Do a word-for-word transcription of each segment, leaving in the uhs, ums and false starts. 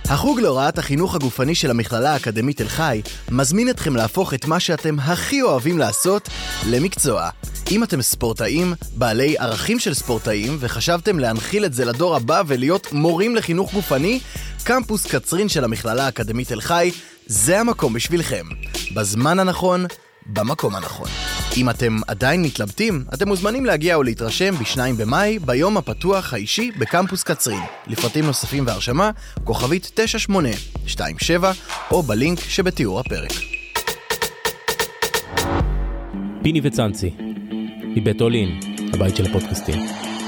החוג להוראת החינוך הגופני של המכללה האקדמית תל חי מזמין אתכם להפוך את מה שאתם הכי אוהבים לעשות למקצוע. אם אתם ספורטאים, בעלי ערכים של ספורטאים, וחשבתם להנחיל את זה לדור הבא ולהיות מורים לחינוך גופני, קמפוס קצרין של המכללה האקדמית תל חי זה המקום בשבילכם. בזמן הנכון, במקום הנכון. אם אתם עדיין מתלבטים, אתם מוזמנים להגיע או להתרשם בשניים במאי ביום הפתוח האישי בקמפוס קצרין. לפרטים נוספים והרשמה, כוכבית תשע שמונה שתיים שבע או בלינק שבתיאור הפרק. פיני וצאנצי, מבית אולין, הבית של הפודקאסטים.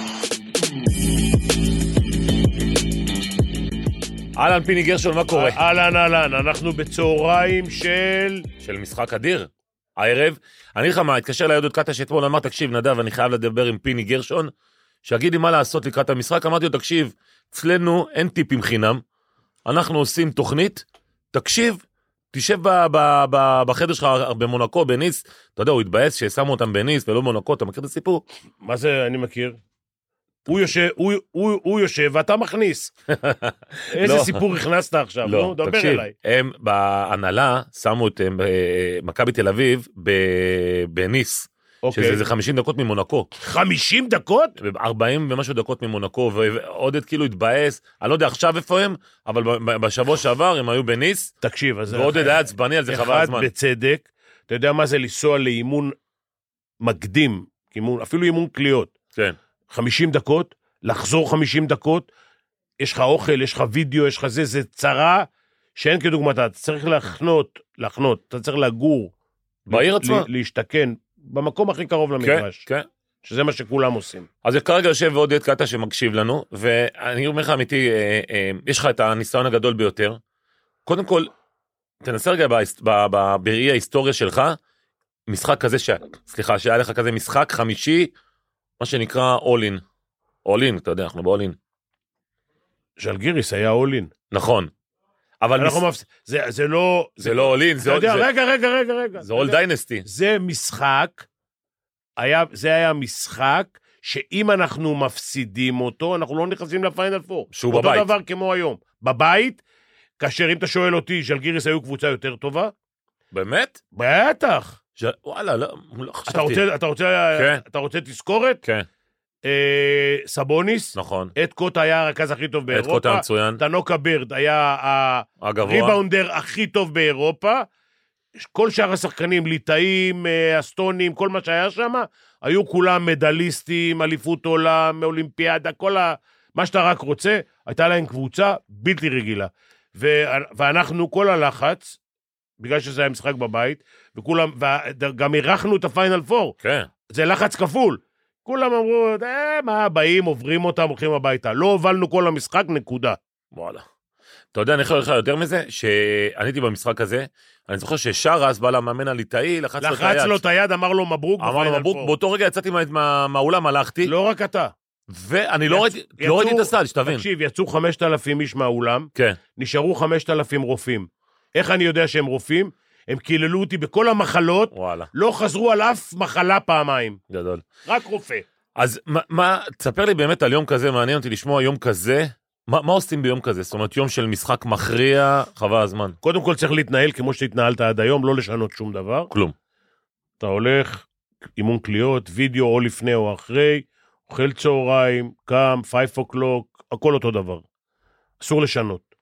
אהלן פיני גרשון, מה קורה? אהלן, אהלן, אנחנו בצהריים של... של משחק אדיר. הערב, אני לך מה, התקשר ליודות קטע שאתמול, אמר, תקשיב נדב, אני חייב לדבר עם פיני גרשון, שיגיד לי מה לעשות לקראת המשחק, אמרתי לו, תקשיב, אצלנו אין טיפים חינם, אנחנו עושים תוכנית, תקשיב, תשב ב- ב- ב- בחדר שלך במונקו, בניס, אתה יודע, הוא התבאס ששמו אותם בניס ולא במונקו, אתה מכיר את הסיפור? מה זה אני מכיר? הוא יושב, הוא, הוא, הוא יושב ואתה מכניס. איזה לא. סיפור הכנסת עכשיו? לא, נו, דבר תקשיב, אליי. הם בהנהלה שמו את הם, מכבי תל אביב ב- בניס, אוקיי. שזה זה חמישים דקות ממונקו. חמישים דקות? ארבעים ומשהו דקות ממונקו, ועודד כאילו התבאס, אני לא יודע עכשיו איפה הם, אבל בשבוע שעבר הם היו בניס, תקשיב, אז... ועודד היה עצבני על זה חבל הזמן. אחד בצדק, אתה יודע מה זה לנסוע לאימון מקדים, אימון, אפילו אימון קליות. כן. חמישים דקות, לחזור חמישים דקות, יש לך אוכל, יש לך וידאו, יש לך זה, זה צרה שאין כדוגמתה, אתה צריך להחנות, להחנות, אתה צריך לגור. בעיר עצמה? להשתכן, במקום הכי קרוב למגרש. כן, כן. שזה מה שכולם עושים. אז כרגע יושב ועודד קטע שמקשיב לנו, ואני אומר לך אמיתי, אה, אה, יש לך את הניסיון הגדול ביותר, קודם כל, תנסה רגע בראי ההיסטוריה שלך, משחק כזה, ש... סליחה, שהיה לך כזה משחק חמישי, מה שנקרא אולין. אולין, אתה יודע, אנחנו באולין. ז'לגיריס היה אולין. נכון. אבל אנחנו מס... מפס... זה, זה לא... זה לא אולין, זה... יודע, זה... רגע, רגע, רגע, רגע. זה אול דיינסטי. זה משחק, היה, זה היה משחק, שאם אנחנו מפסידים אותו, אנחנו לא נכנסים לפיינל פור. שהוא אותו בבית. דבר כמו היום. בבית, כאשר אם אתה שואל אותי, ז'לגיריס היו קבוצה יותר טובה? באמת? בטח. ש... וואלה, לא, לא חשבתי. אתה רוצה, אתה רוצה, כן. אתה רוצה תזכורת? כן. אה, סבוניס. נכון. אד קוט היה הרכז הכי טוב באירופה. אד קוט המצוין. תנוקה בירד היה הריבאונדר הכי טוב באירופה. כל שאר השחקנים, ליטאים, אסטונים, כל מה שהיה שם, היו כולם מדליסטים, אליפות עולם, אולימפיאדה, כל ה... מה שאתה רק רוצה, הייתה להם קבוצה בלתי רגילה. ו... ואנחנו, כל הלחץ, בגלל שזה היה משחק בבית, וכולם, וגם אירחנו את הפיינל פור. כן. זה לחץ כפול. כולם אמרו, אה, מה, באים, עוברים אותם, הולכים הביתה. לא הובלנו כל המשחק, נקודה. וואלה. אתה יודע, אני יכול לך יותר מזה, שאני הייתי במשחק הזה, אני זוכר ששרס בא למאמן הליטאי, לחץ לו את היד. לחץ לו את היד, אמר לו מברוק. אמר לו מברוק, באותו רגע יצאתי מהאולם, הלכתי. לא רק אתה. ואני לא ראיתי את הסל, שתבין. תקשיב, יצאו חמשת אלפים איש מהאולם, כן. נשארו חמשת אלפים רופאים. איך אני יודע שהם רופאים? הם קיללו אותי בכל המחלות, וואלה. לא חזרו על אף מחלה פעמיים. גדול. רק רופא. אז מה, מה, תספר לי באמת על יום כזה, מעניין אותי לשמוע יום כזה, מה, מה עושים ביום כזה? זאת אומרת, יום של משחק מכריע, חבל הזמן. קודם כל צריך להתנהל כמו שהתנהלת עד היום, לא לשנות שום דבר. כלום. אתה הולך, אימון קליות, וידאו או לפני או אחרי, אוכל צהריים, קם, פייב אוקלוק, הכל אותו דבר. אסור לשנות.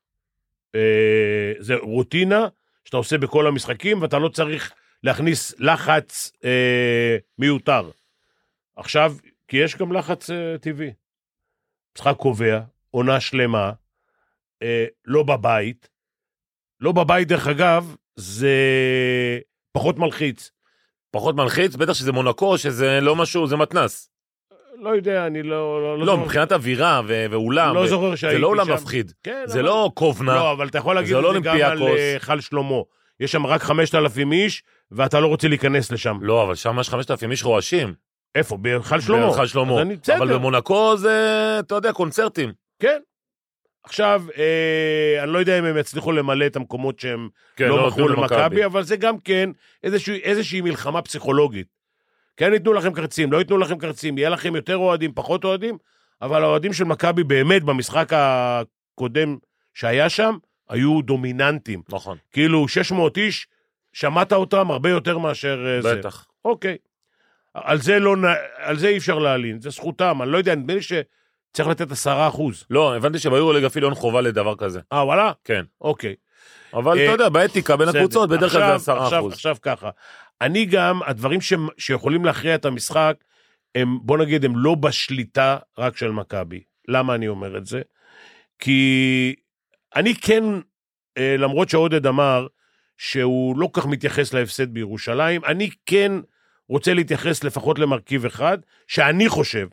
אה, זה רוטינה שאתה עושה בכל המשחקים, ואתה לא צריך להכניס לחץ אה, מיותר. עכשיו, כי יש גם לחץ אה, טבעי. משחק קובע, עונה שלמה, אה, לא בבית. לא בבית, דרך אגב, זה פחות מלחיץ. פחות מלחיץ? בטח שזה מונקו, שזה לא משהו, זה מתנס. לא יודע, אני לא... לא, לא, לא מבחינת אווירה ו- ואולם. לא ו- זוכר שהייתי זה לא אולם שם. מפחיד. כן, זה אבל... לא קובנה. לא, אבל אתה יכול להגיד את לא זה גם על אולימפיאקוס. חל שלמה. יש שם רק חמשת אלפים איש, ואתה לא רוצה להיכנס לשם. לא, אבל שם יש חמשת אלפים איש רועשים. איפה? בחל שלמה. בחל שלמה. אני, אבל במונקו זה, אתה יודע, קונצרטים. כן. עכשיו, אה, אני לא יודע אם הם יצליחו למלא את המקומות שהם כן, לא לא מכרו נתנו למכבי, למכבי. אבל זה גם כן איזושהי, איזושהי מלחמה פסיכולוגית. כן ייתנו לכם קרצים, לא ייתנו לכם קרצים, יהיה לכם יותר אוהדים, פחות אוהדים, אבל האוהדים של מכבי באמת במשחק הקודם שהיה שם, היו דומיננטים. נכון. כאילו שש מאות איש, שמעת אותם הרבה יותר מאשר זה. בטח. אוקיי. על זה, לא, על זה אי אפשר להלין, זה זכותם, אני לא יודע, נדמה לי שצריך לתת עשרה אחוז. לא, הבנתי שביורוליג אפילו אין חובה לדבר כזה. אה, וואלה? כן. אוקיי. אבל אתה יודע, באתיקה בין הקבוצות, בדרך כלל זה עשרה אחוז. עכשיו ככה, אני גם, הדברים שיכולים להכריע את המשחק, הם, בוא נגיד, הם לא בשליטה רק של מכבי. למה אני אומר את זה? כי אני כן, למרות שעודד אמר, שהוא לא כך מתייחס להפסד בירושלים, אני כן רוצה להתייחס לפחות למרכיב אחד, שאני חושב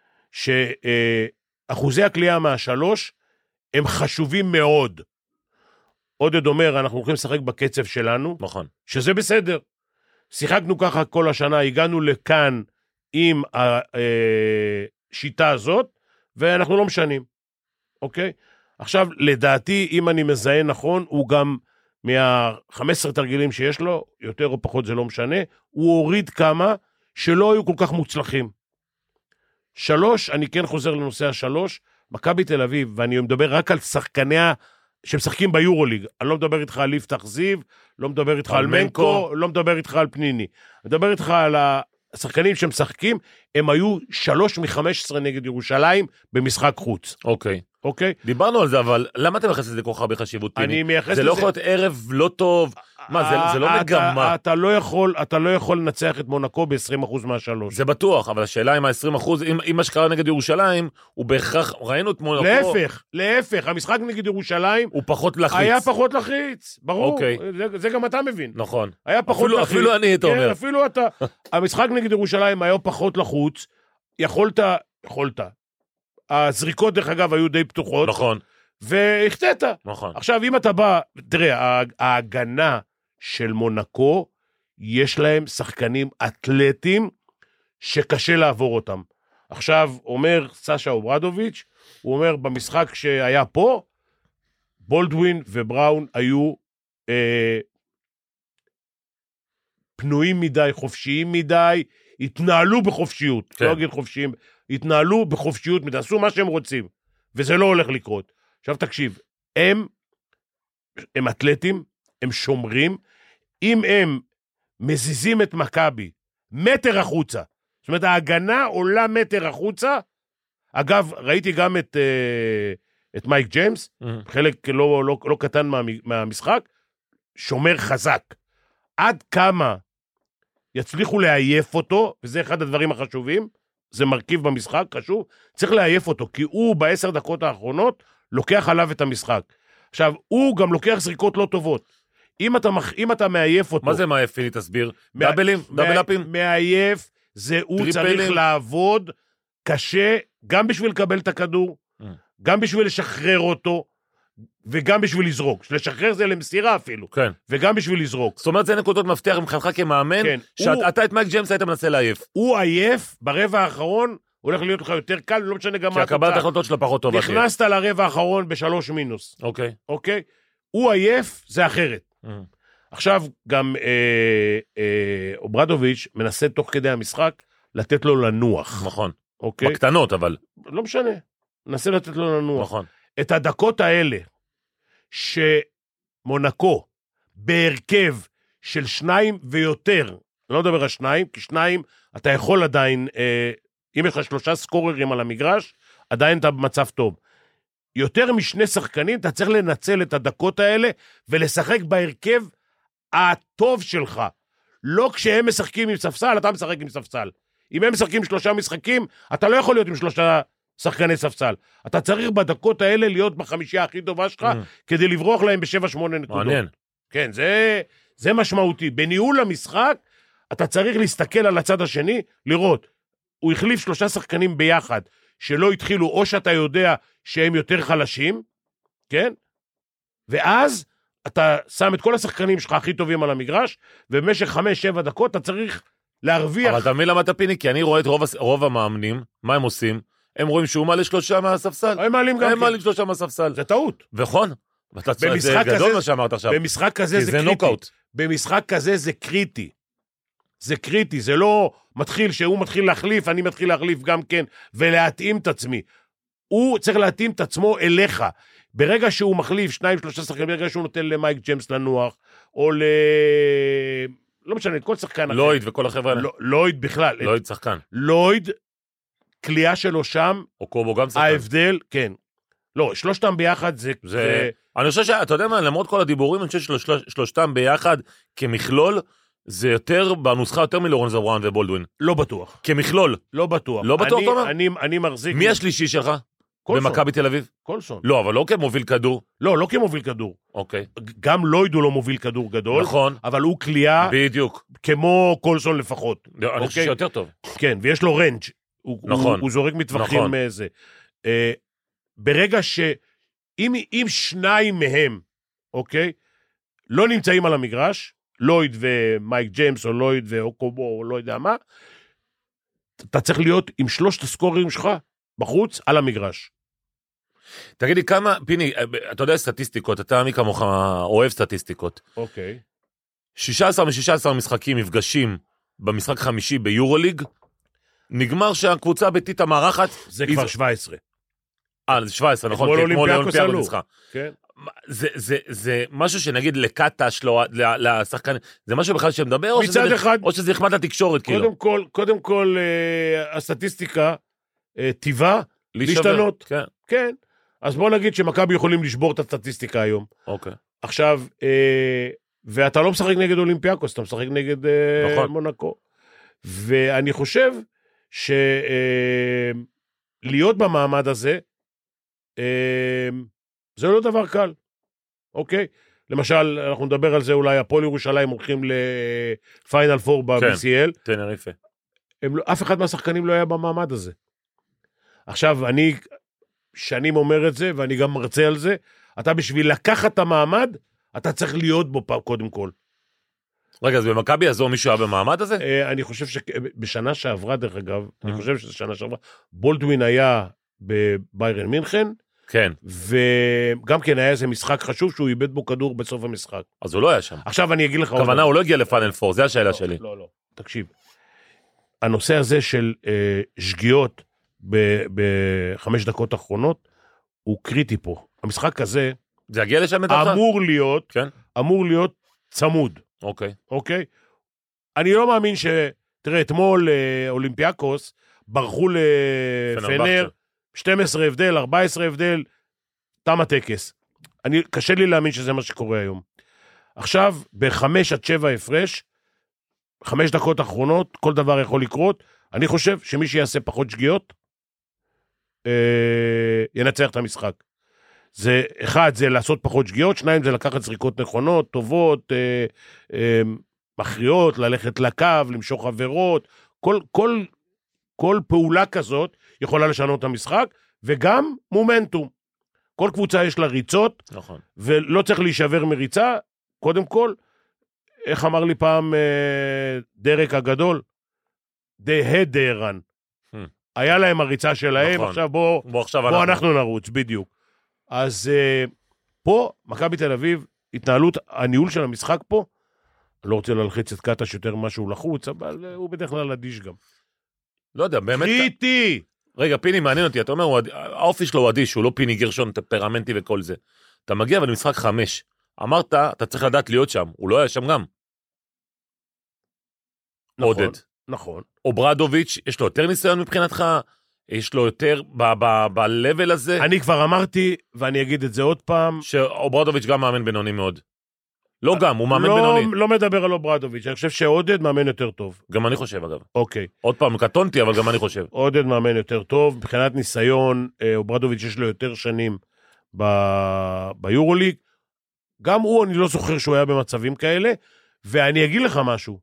שאחוזי הקליעה מהשלוש הם חשובים מאוד. עודד אומר, אנחנו הולכים לשחק בקצב שלנו, נכון. שזה בסדר. שיחקנו ככה כל השנה, הגענו לכאן עם השיטה הזאת, ואנחנו לא משנים. אוקיי? עכשיו, לדעתי, אם אני מזהה נכון, הוא גם מה-חמישה עשר תרגילים שיש לו, יותר או פחות זה לא משנה, הוא הוריד כמה שלא היו כל כך מוצלחים. שלוש, אני כן חוזר לנושא השלוש, מכבי תל אביב, ואני מדבר רק על שחקניה שמשחקים ביורוליג, אני לא מדבר איתך על יפתח זיו, לא מדבר איתך על, על מנקו, מנקו, לא מדבר איתך על פניני, אני מדבר איתך על השחקנים שמשחקים, הם היו שלוש מחמש עשרה נגד ירושלים במשחק חוץ. אוקיי. אוקיי? דיברנו על זה, אבל למה אתה מייחס לזה כל כך הרבה חשיבות, פיני? אני מייחס לזה... זה לא יכול להיות ערב לא טוב, מה, זה, זה לא מגמה. אתה לא יכול, אתה לא יכול לנצח את מונקו ב-עשרים אחוז מהשלוש. זה בטוח, אבל השאלה עם ה-עשרים אחוז, אם, אם מה שקרה נגד ירושלים, הוא בהכרח, ראינו את מונקו... להפך, להפך, המשחק נגד ירושלים... הוא פחות לחיץ. היה פחות לחיץ, ברור. אוקיי. זה, זה גם אתה מבין. נכון. היה פחות אפילו, לחיץ. אפילו אני, אתה כן, אומר. אפילו אתה... המשחק נגד ירושלים היה פחות לחוץ, יכולת, יכולת. הזריקות, דרך אגב, היו די פתוחות. נכון. והחטאת. נכון. עכשיו, אם אתה בא, תראה, ההגנה של מונקו, יש להם שחקנים אתלטים שקשה לעבור אותם. עכשיו, אומר סשה אוברדוביץ', הוא אומר, במשחק שהיה פה, בולדווין ובראון היו אה, פנויים מדי, חופשיים מדי, התנהלו בחופשיות. כן. לא אגיד חופשיים, התנהלו בחופשיות מדי, עשו מה שהם רוצים, וזה לא הולך לקרות. עכשיו תקשיב, הם, הם אתלטים, הם שומרים, אם הם מזיזים את מכבי מטר החוצה, זאת אומרת, ההגנה עולה מטר החוצה, אגב, ראיתי גם את, את מייק ג'יימס, mm-hmm. חלק לא, לא, לא קטן מה, מהמשחק, שומר חזק. עד כמה יצליחו להעייף אותו, וזה אחד הדברים החשובים, זה מרכיב במשחק, חשוב, צריך להעייף אותו, כי הוא בעשר דקות האחרונות, לוקח עליו את המשחק. עכשיו, הוא גם לוקח זריקות לא טובות. אם אתה, אם אתה מעייף אותו... מה זה מעייף, פיני, תסביר? מה... דאבלים? דאבל-אפים? מעייף, זה הוא טריפלים. צריך לעבוד קשה, גם בשביל לקבל את הכדור, mm. גם בשביל לשחרר אותו, וגם בשביל לזרוק. לשחרר זה למסירה אפילו. כן. וגם בשביל לזרוק. זאת אומרת, זה נקודות מפתח ממך כמאמן, כן. שאתה הוא... את מייק ג'יימס היית מנסה לעייף. הוא עייף, ברבע האחרון, הולך להיות לך יותר קל, לא משנה גם מה התוצאה. שהקבלת החלטות שלה פחות טובה. נכנסת לרבע האחרון בשלוש מינוס. אוקיי. אוקיי? הוא עייף, זה אחרת. Mm. עכשיו, גם אה, אה, אוברדוביץ' מנסה תוך כדי המשחק, לתת לו לנוח. נכון. אוקיי? בקטנות, אבל. לא משנה. מנסה לתת לו לנוח. נכון. את הדקות האלה, שמונקו, בהרכב של שניים ויותר, אני לא מדבר על שניים, כי שניים, אתה יכול עדיין, אה, אם יש לך שלושה סקוררים על המגרש, עדיין אתה במצב טוב. יותר משני שחקנים, אתה צריך לנצל את הדקות האלה, ולשחק בהרכב הטוב שלך. לא כשהם משחקים עם ספסל, אתה משחק עם ספסל. אם הם משחקים שלושה משחקים, אתה לא יכול להיות עם שלושה שחקני ספסל. אתה צריך בדקות האלה להיות בחמישייה הכי טובה שלך, mm. כדי לברוח להם בשבע שמונה נקודות. מעניין. כן, זה, זה משמעותי. בניהול המשחק, אתה צריך להסתכל על הצד השני, לראות, הוא החליף שלושה שחקנים ביחד, שלא התחילו, או שאתה יודע שהם יותר חלשים, כן? ואז אתה שם את כל השחקנים שלך הכי טובים על המגרש, ובמשך חמש, שבע דקות אתה צריך להרוויח. אבל אתה מבין למה אתה פיני? כי אני רואה את רוב, רוב המאמנים, מה הם עושים? הם רואים שהוא מעלה שלושה מהספסל. הם מעלים גם הם מעלים שלושה מהספסל. זה טעות. נכון. זה גדול מה שאמרת עכשיו. במשחק כזה זה קריטי. במשחק כזה זה קריטי. זה קריטי, זה לא מתחיל שהוא מתחיל להחליף, אני מתחיל להחליף גם כן, ולהתאים את עצמי. הוא צריך להתאים את עצמו אליך. ברגע שהוא מחליף שניים, שלושה שחקנים, ברגע שהוא נותן למייק ג'יימס לנוח, או ל... לא משנה, כל שחקן אחר. לויד וכל החבר'ה. לא, לויד בכלל. לויד שחקן. לויד, קליעה שלו שם, או קובו גם שחקן. ההבדל, כן. לא, שלושתם ביחד זה... זה... זה... אני חושב שאתה יודע מה, למרות כל הדיבורים, אני חושב ששלושתם ביחד כמכלול, זה יותר, בנוסחה יותר מלורנזו בראון ובולדווין. לא בטוח. כמכלול. לא בטוח. לא בטוח, אני, תומר? אני, אני מחזיק... מי השלישי שלך? קולסון. במכבי תל אביב? קולסון. לא, אבל לא כמוביל כדור. לא, לא כמוביל כדור. אוקיי. גם לויד הוא לא מוביל כדור גדול. נכון. אבל הוא קליעה... בדיוק. כמו קולסון לפחות. אני חושב אוקיי? שיותר טוב. כן, ויש לו רנג'. הוא, נכון. הוא, הוא זורק מטווחים נכון. מאיזה. אה, ברגע ש... אם, אם שניים מהם, אוקיי, לא נמצאים על המגרש, לויד ומייק ג'יימס, או לויד ואוקובו, או לא יודע מה, אתה צריך להיות עם שלושת הסקוררים שלך בחוץ, על המגרש. תגיד לי כמה, פיני, אתה יודע סטטיסטיקות, אתה מי כמוך אוהב סטטיסטיקות. אוקיי. שישה עשר מ-שישה עשר משחקים מפגשים במשחק חמישי ביורוליג, נגמר שהקבוצה הביתית המארחת... זה כבר שבע עשרה. אה, זה שבע עשרה, נכון? כמו לאולימפיאקוס עלו. כן. זה, זה, זה משהו שנגיד לקטה שלו, לשחקן, זה משהו בכלל שמדבר, או שזה, אחד, או שזה נחמד לתקשורת, קודם כאילו? כל, קודם כל, אה, הסטטיסטיקה אה, טיבה להשתנות. כן. כן. אז בוא נגיד שמכבי יכולים לשבור את הסטטיסטיקה היום. אוקיי. עכשיו, אה, ואתה לא משחק נגד אולימפיאקוס, אתה משחק נגד אה, נכון. מונקו. ואני חושב שלהיות אה, במעמד הזה, אה, זה לא דבר קל, אוקיי? למשל, אנחנו נדבר על זה, אולי הפועל ירושלים הולכים לפיינל פור ב-בי סי אל. כן, טנריפה. לא, אף אחד מהשחקנים לא היה במעמד הזה. עכשיו, אני שנים אומר את זה, ואני גם מרצה על זה, אתה בשביל לקחת את המעמד, אתה צריך להיות בו קודם כל. רגע, אז במכבי יעזור מישהו היה במעמד הזה? אה, אני חושב שבשנה שעברה, דרך אגב, אני חושב שזה שנה שעברה, בולדווין היה בביירן מינכן, כן. וגם כן היה איזה משחק חשוב שהוא איבד בו כדור בסוף המשחק. אז הוא לא היה שם. עכשיו אני אגיד לך... הכוונה, הוא לא הגיע לפאנל פור, זה השאלה שלי. לא, לא, תקשיב. הנושא הזה של אה, שגיאות בחמש דקות האחרונות, הוא קריטי פה. המשחק הזה... זה יגיע לשם לדעתך? אמור להיות, כן? אמור להיות צמוד. אוקיי. אוקיי? אני לא מאמין ש... תראה, אתמול אה, אולימפיאקוס ברחו לפנר, שתים עשרה הבדל, ארבע עשרה הבדל, תם הטקס. אני, קשה לי להאמין שזה מה שקורה היום. עכשיו, בחמש עד שבע הפרש, חמש דקות אחרונות, כל דבר יכול לקרות, אני חושב שמי שיעשה פחות שגיאות, אה, ינצח את המשחק. זה, אחד, זה לעשות פחות שגיאות, שניים, זה לקחת זריקות נכונות, טובות, אה, אה, מכריעות, ללכת לקו, למשוך עבירות, כל, כל, כל פעולה כזאת יכולה לשנות את המשחק, וגם מומנטום. כל קבוצה יש לה ריצות, נכון. ולא צריך להישבר מריצה, קודם כל, איך אמר לי פעם אה, דרק הגדול? די הדרן. Hmm. היה להם הריצה שלהם, נכון. עכשיו בוא, בוא, עכשיו בוא אנחנו. אנחנו נרוץ, בדיוק. אז אה, פה, מכבי תל אביב, התנהלות, הניהול של המשחק פה, אני לא רוצה להלחיץ את קטש יותר משהו לחוץ, אבל אה, הוא בדרך כלל אדיש גם. לא יודע, באמת... קריטי! רגע, פיני, מעניין אותי, אתה אומר, הוא, האופי שלו הוא אדיש, הוא לא פיני גרשון, טמפרמנטי וכל זה. אתה מגיע אבל למשחק חמש, אמרת, אתה צריך לדעת להיות שם, הוא לא היה שם גם. נכון, עודד. נכון. אוברדוביץ', יש לו יותר ניסיון מבחינתך, יש לו יותר ב-level הזה. אני כבר אמרתי, ואני אגיד את זה עוד פעם. שאוברדוביץ' גם מאמן בינוני מאוד. לא גם, הוא מאמן בינוני. לא מדבר על אוברדוביץ', אני חושב שעודד מאמן יותר טוב. גם אני חושב, אגב. אוקיי. עוד פעם, קטונתי, אבל גם אני חושב. עודד מאמן יותר טוב, מבחינת ניסיון, אוברדוביץ' יש לו יותר שנים ביורוליג. גם הוא, אני לא זוכר שהוא היה במצבים כאלה, ואני אגיד לך משהו.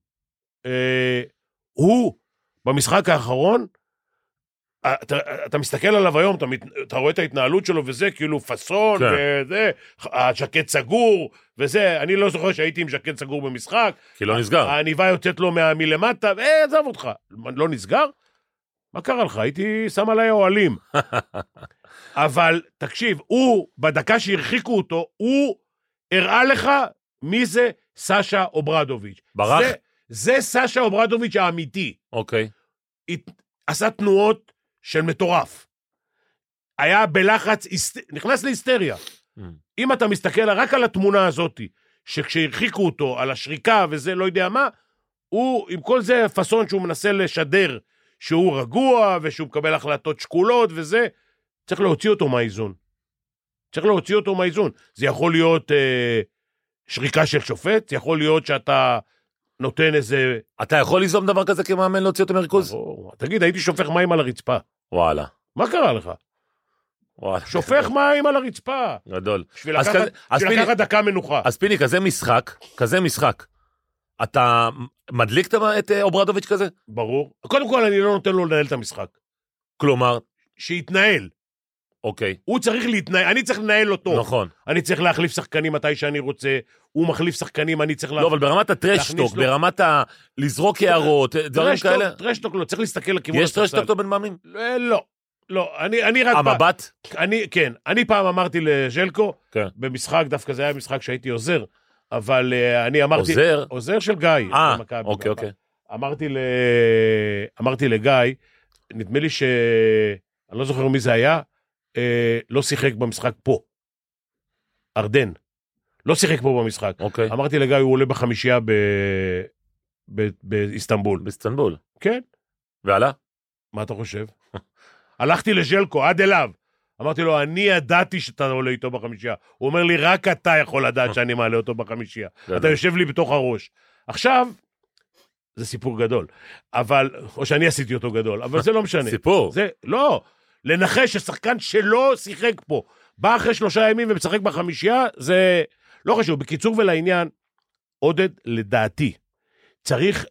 הוא, במשחק האחרון, אתה, אתה מסתכל עליו היום, אתה, אתה רואה את ההתנהלות שלו וזה, כאילו פסון, כן. וזה, השקט סגור, וזה, אני לא זוכר שהייתי עם שקט סגור במשחק. כי לא נסגר. העניבה יוצאת לו מלמטה, אה, עזב אותך. לא נסגר? מה קרה לך? הייתי שם עליי אוהלים. אבל, תקשיב, הוא, בדקה שהרחיקו אותו, הוא הראה לך מי זה סשה אוברדוביץ'. ברח? זה, זה סשה אוברדוביץ' האמיתי. אוקיי. עשה תנועות של מטורף. היה בלחץ, נכנס להיסטריה. אם אתה מסתכל רק על התמונה הזאת, שכשהרחיקו אותו על השריקה וזה לא יודע מה, הוא עם כל זה פסון שהוא מנסה לשדר, שהוא רגוע ושהוא מקבל החלטות שקולות וזה, צריך להוציא אותו מהאיזון. צריך להוציא אותו מהאיזון. זה יכול להיות אה, שריקה של שופט, זה יכול להיות שאתה נותן איזה... אתה יכול ליזום דבר כזה כמאמן להוציא אותו מריכוז? תגיד, הייתי שופך מים על הרצפה. וואלה. מה קרה לך? וואלה. שופך מים על הרצפה. גדול. בשביל לקחת, כזה, בשביל לקחת פיני, דקה מנוחה. אז פיני, כזה משחק, כזה משחק. אתה מדליק את אוברדוביץ' כזה? ברור. קודם כל, אני לא נותן לו לנהל את המשחק. כלומר? שיתנהל. אוקיי. הוא צריך להתנהל, אני צריך לנהל אותו. נכון. אני צריך להחליף שחקנים מתי שאני רוצה, הוא מחליף שחקנים, אני צריך... לא, אבל ברמת הטרשטוק, ברמת ה... לזרוק הערות, דברים כאלה. טרשטוק לא, צריך להסתכל לכיוון... יש טרשטוק טוב בין מאמנים? לא. לא, אני, אני רק... המבט? אני, כן. אני פעם אמרתי לז'לקו, במשחק, דווקא זה היה משחק שהייתי עוזר, אבל אני אמרתי... עוזר? עוזר של גיא. אה, אוקיי, אוקיי. אמרתי ל... אמרתי לגיא, נדמה לי ש... אני לא זוכר מי זה היה, אה, לא שיחק במשחק פה. ארדן. לא שיחק פה במשחק. אוקיי. אמרתי לגיא, הוא עולה בחמישייה ב... ב... באיסטנבול. באיסטנבול? כן. ועלה? מה אתה חושב? הלכתי לז'לקו, עד אליו. אמרתי לו, אני ידעתי שאתה עולה איתו בחמישייה. הוא אומר לי, רק אתה יכול לדעת שאני מעלה אותו בחמישייה. אתה יושב לי בתוך הראש. עכשיו, זה סיפור גדול. אבל, או שאני עשיתי אותו גדול, אבל זה לא משנה. סיפור? זה, לא. לנחש ששחקן שלא שיחק פה, בא אחרי שלושה ימים ומשחק בחמישייה, זה לא חשוב. בקיצור ולעניין, עודד, לדעתי, צריך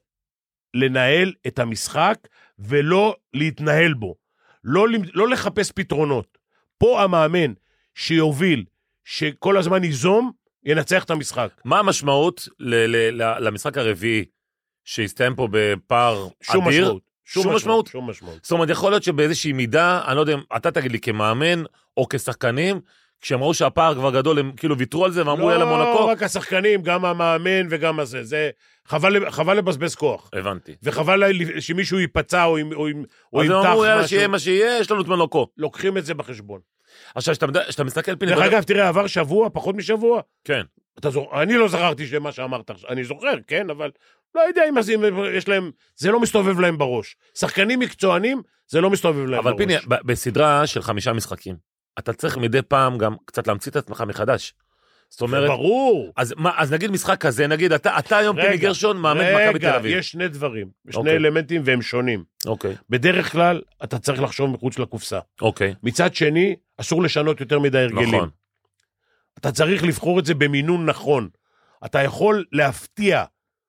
לנהל את המשחק ולא להתנהל בו. לא, לא לחפש פתרונות. פה המאמן שיוביל, שכל הזמן ייזום, ינצח את המשחק. מה המשמעות ל- ל- ל- למשחק הרביעי, שהסתיים פה בפער שום אדיר? משמעות. שום, שום משמעות? שום משמעות. זאת אומרת, יכול להיות שבאיזושהי מידה, אני לא יודע אם אתה תגיד לי כמאמן או כשחקנים, כשהם ראו שהפער כבר גדול, הם כאילו ויתרו על זה ואמרו לא, יאללה מונקו. לא, רק השחקנים, גם המאמן וגם הזה. זה חבל, חבל לבזבז כוח. הבנתי. וחבל שמישהו ייפצע או עם, או עם, או עם תח משהו. אז הם אמרו יאללה שיהיה מה שיהיה, יש לנו את מונקו. לוקחים את זה בחשבון. עכשיו, שאתה מסתכל פיני... דרך אגב, תראה, עבר שבוע, פחות משבוע. כן. אתה זוכר, אני לא זכרתי שמה שאמרת, אני זוכר, כן, אבל לא יודע אם יש להם, זה לא מסתובב להם בראש. שחקנים מקצוענים, זה לא מסתובב להם אבל בראש. פיני, בסדרה של חמישה משחקים, אתה צריך מדי פעם גם קצת להמציא את עצמך מחדש. זאת אומרת... ברור. אז, מה, אז נגיד משחק כזה, נגיד, אתה, אתה היום פיני גרשון, מאמן מכבי תל אביב. רגע, יש שני דברים, שני אוקיי. אלמנטים והם שונים. אוקיי. בדרך כלל, אתה צריך לחשוב מחוץ לקופסה. אוקיי. מצד שני, אסור לשנות יותר מדי הרגלים. נכון. אתה צריך לבחור את זה במינון נכון. אתה יכול להפתיע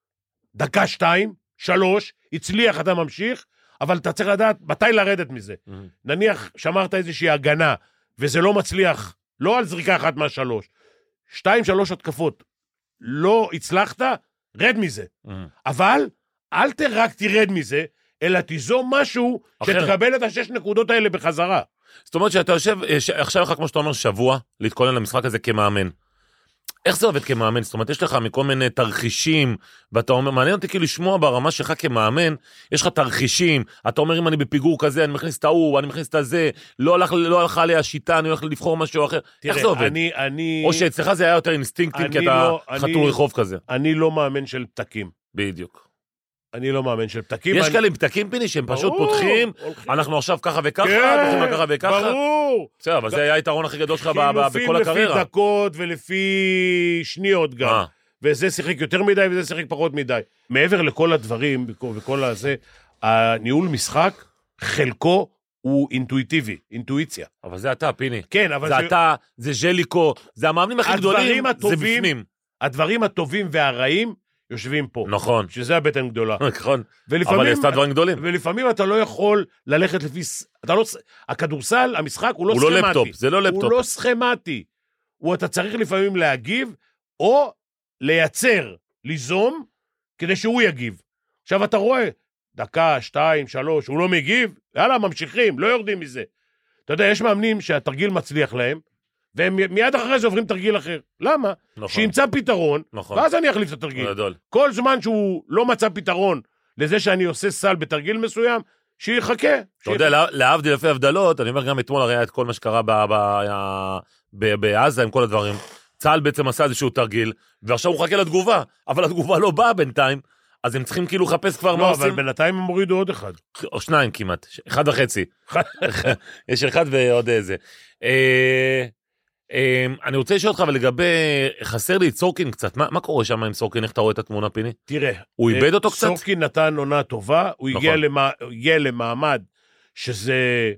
דקה שתיים, שלוש, הצליח, אתה ממשיך, אבל אתה צריך לדעת מתי לרדת מזה. Mm-hmm. נניח, שמרת איזושהי הגנה, וזה לא מצליח, לא על זריקה אחת מהשלוש, שתיים, שלוש התקפות, לא הצלחת, רד מזה. Mm-hmm. אבל, אל רק תרד מזה, אלא תיזום משהו, אחר. שתקבל את השש נקודות האלה בחזרה. זאת אומרת שאתה יושב, עכשיו לך, כמו שאתה אומר, שבוע, להתכונן למשחק הזה כמאמן. איך זה עובד כמאמן? זאת אומרת, יש לך מכל מיני תרחישים, ואתה אומר, מעניין אותי כאילו לשמוע ברמה שלך כמאמן, יש לך תרחישים, אתה אומר, אם אני בפיגור כזה, אני מכניס את ההוא, אני מכניס את הזה, לא הלך, לא הלכה לי השיטה, אני הולך לבחור משהו אחר. תראה, איך זה עובד? אני, אני... או שאצלך זה היה יותר אינסטינקטים, כי אתה לא, חתול אני, רחוב כזה. אני לא מאמן של פתקים. בדיוק. אני לא מאמן של פתקים. יש אני... כאלה עם פתקים פיני שהם פשוט ברור, פותחים, הולכים. אנחנו עכשיו ככה וככה, כן, הולכים ככה וככה. ברור. בסדר, אבל זה היה היתרון הכי גדול שלך בכל חילופים הקריירה. לפי דקות ולפי שניות גם. אה. וזה שיחק יותר מדי וזה שיחק פחות מדי. מעבר לכל הדברים וכל הזה, הניהול משחק, חלקו הוא אינטואיטיבי, אינטואיציה. אבל זה אתה, פיני. כן, אבל זה זה... אתה, זה ז'ליקו, זה המאמנים הכי גדולים, זה בפנים. הדברים הטובים והרעים יושבים פה. נכון. שזה הבטן גדולה. נכון. ולפעמים, אבל יש דברים גדולים. ולפעמים אתה לא יכול ללכת לפי... אתה לא... הכדורסל, המשחק, הוא לא הוא סכמטי. לא לפטופ, זה לא לפטופ. הוא לא סכמטי. הוא אתה צריך לפעמים להגיב, או לייצר, ליזום, כדי שהוא יגיב. עכשיו אתה רואה, דקה, שתיים, שלוש, הוא לא מגיב, יאללה, ממשיכים, לא יורדים מזה. אתה יודע, יש מאמנים שהתרגיל מצליח להם, והם מיד אחרי זה עוברים תרגיל אחר. למה? נכון. שימצא פתרון, נכון. ואז אני אחליף את התרגיל. גדול. כל זמן שהוא לא מצא פתרון לזה שאני עושה סל בתרגיל מסוים, שיחכה. אתה יודע, להבדיל לפי הבדלות, אני אומר גם אתמול, הרי היה את כל מה שקרה בעזה עם כל הדברים. צה"ל בעצם עשה איזשהו תרגיל, ועכשיו הוא חכה לתגובה, אבל התגובה לא באה בינתיים, אז הם צריכים כאילו לחפש כבר מה עושים. לא, אבל בינתיים הם הורידו עוד אחד. או שניים כמעט, אחד וחצי. יש אחד ועוד איזה. אני רוצה לשאול אותך, אבל לגבי, חסר לי את סורקין קצת, מה קורה שם עם סורקין, איך אתה רואה את התמונה, פיני? תראה. הוא איבד אותו קצת? סורקין נתן עונה טובה, הוא הגיע למעמד שזה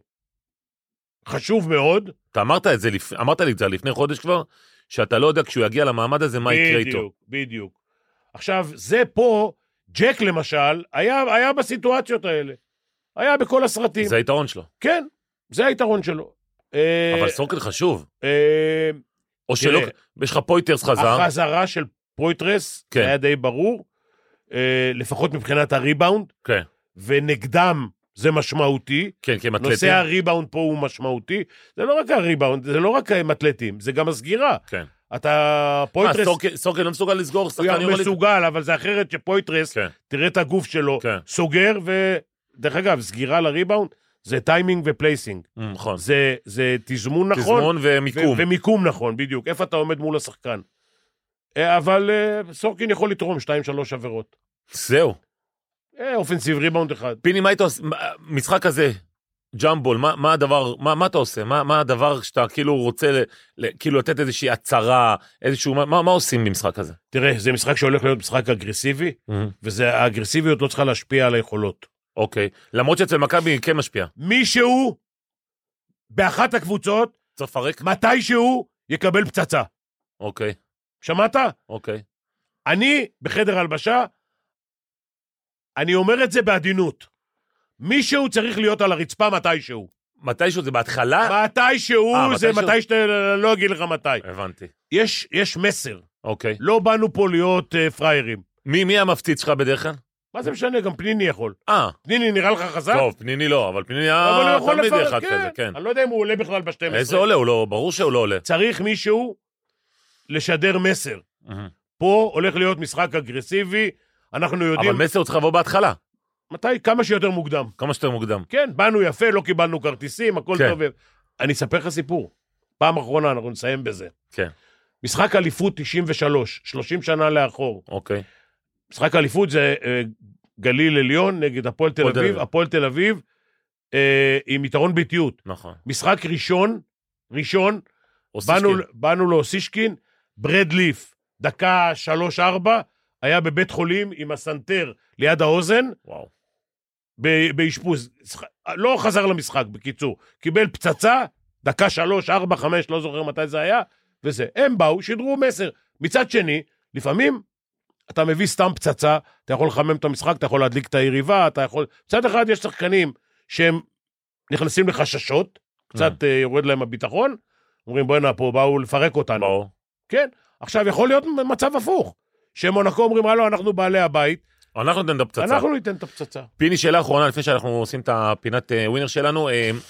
חשוב מאוד. אתה אמרת את זה, אמרת לי את זה לפני חודש כבר, שאתה לא יודע כשהוא יגיע למעמד הזה, מה יקרה איתו. בדיוק, בדיוק. עכשיו, זה פה, ג'ק למשל, היה, היה בסיטואציות האלה. היה בכל הסרטים. זה היתרון שלו. כן, זה היתרון שלו. אבל סורקין חשוב. או שלא, יש לך פויטרס חזר. החזרה של פויטרס, זה היה די ברור, לפחות מבחינת הריבאונד, ונגדם זה משמעותי. כן, כי הם אתלטים. נושא הריבאונד פה הוא משמעותי. זה לא רק הריבאונד, זה לא רק הם אתלטים, זה גם הסגירה. כן. אתה פויטרס... סורקין לא מסוגל לסגור. הוא מסוגל, אבל זה אחרת שפויטרס, תראה את הגוף שלו, סוגר, ודרך אגב, סגירה לריבאונד, זה טיימינג ופלייסינג. נכון. זה, זה תזמון נכון. תזמון ומיקום. ו- ומיקום נכון, בדיוק. איפה אתה עומד מול השחקן. אבל סורקין יכול לתרום שתיים שלוש עבירות. זהו. אופנסיב ריבאונד אחד. פיני, מה אתה עושה? משחק כזה, ג'מבול, מה, מה הדבר, מה, מה אתה עושה? מה, מה הדבר שאתה כאילו רוצה ל, ל, כאילו לתת איזושהי הצהרה, איזשהו, מה, מה עושים במשחק הזה? תראה, זה משחק שהולך להיות משחק אגרסיבי, mm-hmm. וזה, האגרסיביות לא צריכה להשפיע על היכולות. אוקיי. למרות שאצל מכבי כן משפיע. מישהו, באחת הקבוצות, צריך לפרק? מתישהו יקבל פצצה. אוקיי. שמעת? אוקיי. אני, בחדר הלבשה, אני אומר את זה בעדינות. מישהו צריך להיות על הרצפה מתישהו. מתישהו זה בהתחלה? מתישהו 아, זה מתישהו... מתי שאתה לא אגיד לך מתי. הבנתי. יש, יש מסר. אוקיי. לא באנו פה להיות uh, פריירים. מי, מי המפציץ שלך בדרך כלל? מה זה משנה? גם פניני יכול. אה. פניני נראה לך חזק? טוב, פניני לא, אבל פניני היה תלמיד אחד כן. כזה, כן. אני לא יודע אם הוא עולה בכלל ב-שתים עשרה. איזה עולה? הוא לא, ברור שהוא לא עולה. צריך מישהו לשדר מסר. Mm-hmm. פה הולך להיות משחק אגרסיבי, אנחנו יודעים... אבל מסר הוא צריך לבוא בהתחלה. מתי? כמה שיותר מוקדם. כמה שיותר מוקדם. כן, באנו יפה, לא קיבלנו כרטיסים, הכל כן. טוב. אני אספר לך סיפור. פעם אחרונה אנחנו נסיים בזה. כן. משחק אליפות תשעים ושלוש, שלושים שנה לאחור. אוקיי. משחק אליפות זה אה, גליל עליון נגד הפועל תל אביב, הפועל תל אביב אה, עם יתרון ביתיות. נכון. משחק ראשון, ראשון, באנו, באנו לאוסישקין, ברד ליף, דקה שלוש ארבע, היה בבית חולים עם הסנטר ליד האוזן, וואו. באשפוז, לא חזר למשחק בקיצור, קיבל פצצה, דקה שלוש, ארבע, חמש, לא זוכר מתי זה היה, וזה, הם באו, שידרו מסר. מצד שני, לפעמים אתה מביא סתם פצצה, אתה יכול לחמם את המשחק, אתה יכול להדליק את היריבה, אתה יכול... מצד אחד יש שחקנים שהם נכנסים לחששות, קצת mm. יורד להם הביטחון, אומרים בואי נע פה, באו לפרק אותנו. באו. כן, עכשיו יכול להיות מצב הפוך, שמונקו אומרים, הלו, אנחנו בעלי הבית, אנחנו ניתן את הפצצה. אנחנו ניתן את הפצצה. פיני, שאלה אחרונה, לפני שאנחנו עושים את הפינת ווינר שלנו,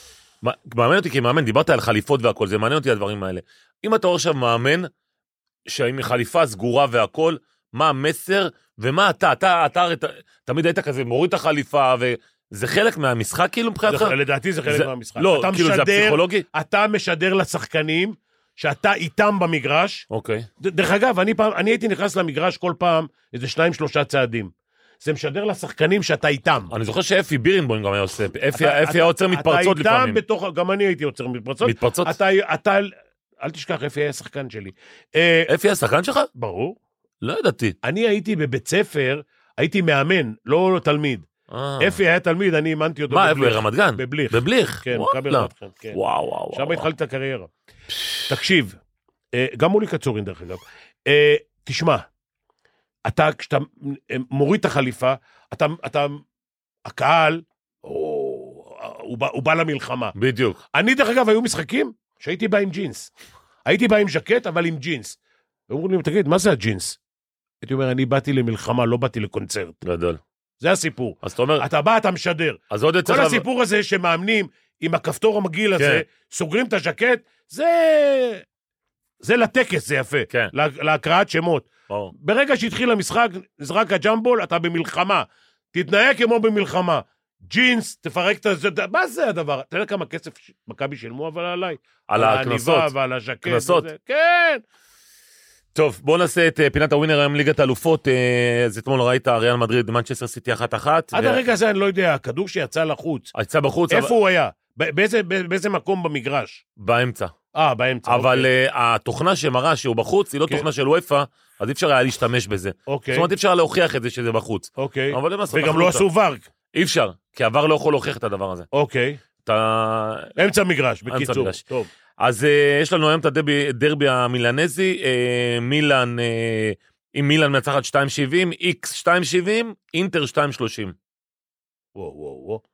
מאמן אותי כמאמן, דיברת על חליפות והכל, זה מעניין אותי הדברים האלה. אם אתה עכשיו מאמן, שעם חליפה סגורה והכל, מה המסר, ומה אתה, אתה, אתה, אתה תמיד היית כזה, מוריד את החליפה, וזה חלק מהמשחק, כאילו, מבחינתך? לדעתי זה חלק זה, מהמשחק. לא, כאילו משדר, זה הפסיכולוגי? אתה משדר לשחקנים, שאתה איתם במגרש. אוקיי. דרך אגב, אני, פעם, אני הייתי נכנס למגרש כל פעם, איזה שניים, שלושה צעדים. זה משדר לשחקנים שאתה איתם. אני זוכר שאפי בירנבוים גם היה עושה, אפי היה עוצר מתפרצות לפעמים. בתוך, גם אני הייתי עוצר מתפרצות. מתפרצות? אתה, אתה, אל תשכח, אפי היה שחקן שלי. אפי היה שחקן שלך? ברור. לא ידעתי. אני הייתי בבית ספר, הייתי מאמן, לא תלמיד. אפי היה תלמיד, אני אימנתי אותו בבליך. מה, אפי רמת גן? בבליך. בבליך? כן, מקבל רמת גן, כן. וואו, וואו. שם התחלתי את הקריירה. תקשיב, גם מולי קצורין דרך אגב. תשמע, אתה, כשאתה מוריד את החליפה, אתה, אתה, הקהל, או, הוא, בא, הוא בא למלחמה. בדיוק. אני, דרך אגב, היו משחקים שהייתי בא עם ג'ינס. הייתי בא עם ז'קט, אבל עם ג'ינס. ואומרים לי, תגיד, מה זה הג'ינס? הייתי אומר, אני באתי למלחמה, לא באתי לקונצרט. גדול. זה הסיפור. אז אתה אומר... אתה בא, אתה משדר. אז עוד כל הסיפור הזה שמאמנים עם הכפתור המגיל הזה, סוגרים את הז'קט, זה... זה לטקס, זה יפה. כן. להקראת שמות. ברגע שהתחיל המשחק, נזרק הג'מבול, אתה במלחמה. תתנהג כמו במלחמה. ג'ינס, תפרק את זה, מה זה הדבר? אתה יודע כמה כסף מכבי שילמו אבל עליי? על הקנסות. ועל השקט. קנסות. כן. טוב, בוא נעשה את פינת הווינר היום ליגת האלופות. אז אתמול ראית ריאל מדריד, מנצ'סטר סיטי אחת אחת. עד הרגע הזה אני לא יודע, הכדור שיצא לחוץ. יצא בחוץ. איפה הוא היה? באיזה מקום במגרש? באמצע. אה, באמצע. אבל התוכנה שמראה שהוא בחוץ, היא לא תוכנה של וופא, אז אי אפשר היה להשתמש בזה. זאת אומרת, אי אפשר להוכיח את זה שזה בחוץ. אוקיי. וגם לא עשו ורק. אי אפשר, כי עבר לא יכול להוכיח את הדבר הזה. אוקיי. אתה... אמצע מגרש, בקיצור. טוב. אז יש לנו היום את הדרבי המילנזי, מילן, עם מילן מנצחת שתיים שבעים, איקס שתיים שבעים, אינטר שתיים שלושים. וואו, וואו, וואו.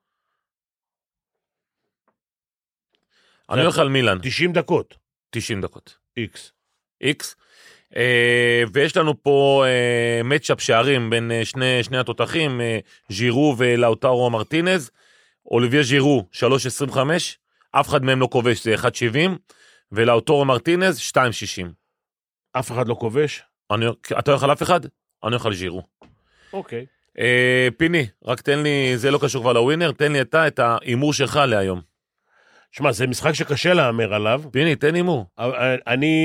אני הולך על מילן. תשעים דקות. תשעים דקות. איקס. איקס. ויש לנו פה מצ'אפ שערים בין שני, שני התותחים, ז'ירו ולאוטרו מרטינז. אוליביה ז'ירו, שלוש עשרים וחמש. אף אחד מהם לא כובש, זה אחת שבעים, ולאוטורו מרטינז, שתיים שישים. אף אחד לא כובש? אני, אתה הולך על אף אחד? אני הולך על ז'ירו. אוקיי. אה, פיני, רק תן לי, זה לא קשור כבר לווינר, תן לי אתה את האימור שלך להיום. שמע, זה משחק שקשה להאמר עליו. פיני, תן אימור. אני...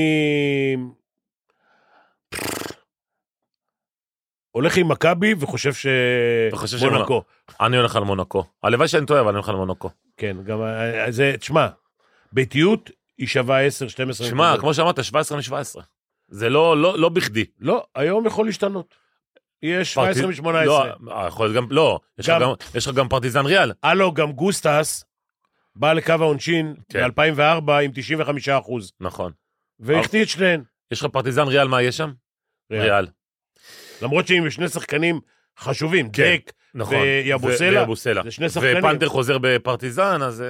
הולך עם מכבי וחושב ש... מונקו. אני הולך על מונקו. הלוואי שאני טועה, אבל אני הולך על מונקו. כן, גם זה, תשמע, ביתיות היא שווה עשר שתים עשרה. תשמע, כמו שאמרת, שבע עשרה משבע עשרה. זה לא, לא, לא בכדי. לא, היום יכול להשתנות. יש שבע עשרה משמונה עשרה. לא, יכול להיות גם, לא, יש לך גם, יש לך גם פרטיזן ריאל. הלו, גם גוסטס בא לקו העונשין ב-אלפיים וארבע עם תשעים וחמישה אחוז. נכון. והחטיא את שניהם. יש לך פרטיזן ריאל, מה יש שם? ריאל. למרות שאם יש שני שחקנים חשובים, דק ויבוסלה, זה שני שחקנים. ופנדר חוזר בפרטיזן, אז...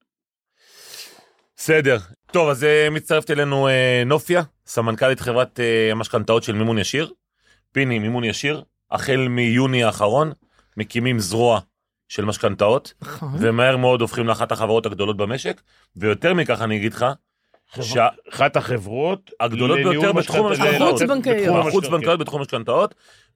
בסדר. טוב, אז מצטרפת אלינו נופיה, סמנכ"לית חברת המשכנתאות של מימון ישיר. פיני, מימון ישיר, החל מיוני האחרון, מקימים זרוע של משכנתאות, ומהר מאוד הופכים לאחת החברות הגדולות במשק, ויותר מכך אני אגיד לך, אחת החברות הגדולות ביותר בתחום המשכנתאות, החוץ בנקאיות בתחום המשכנתאות,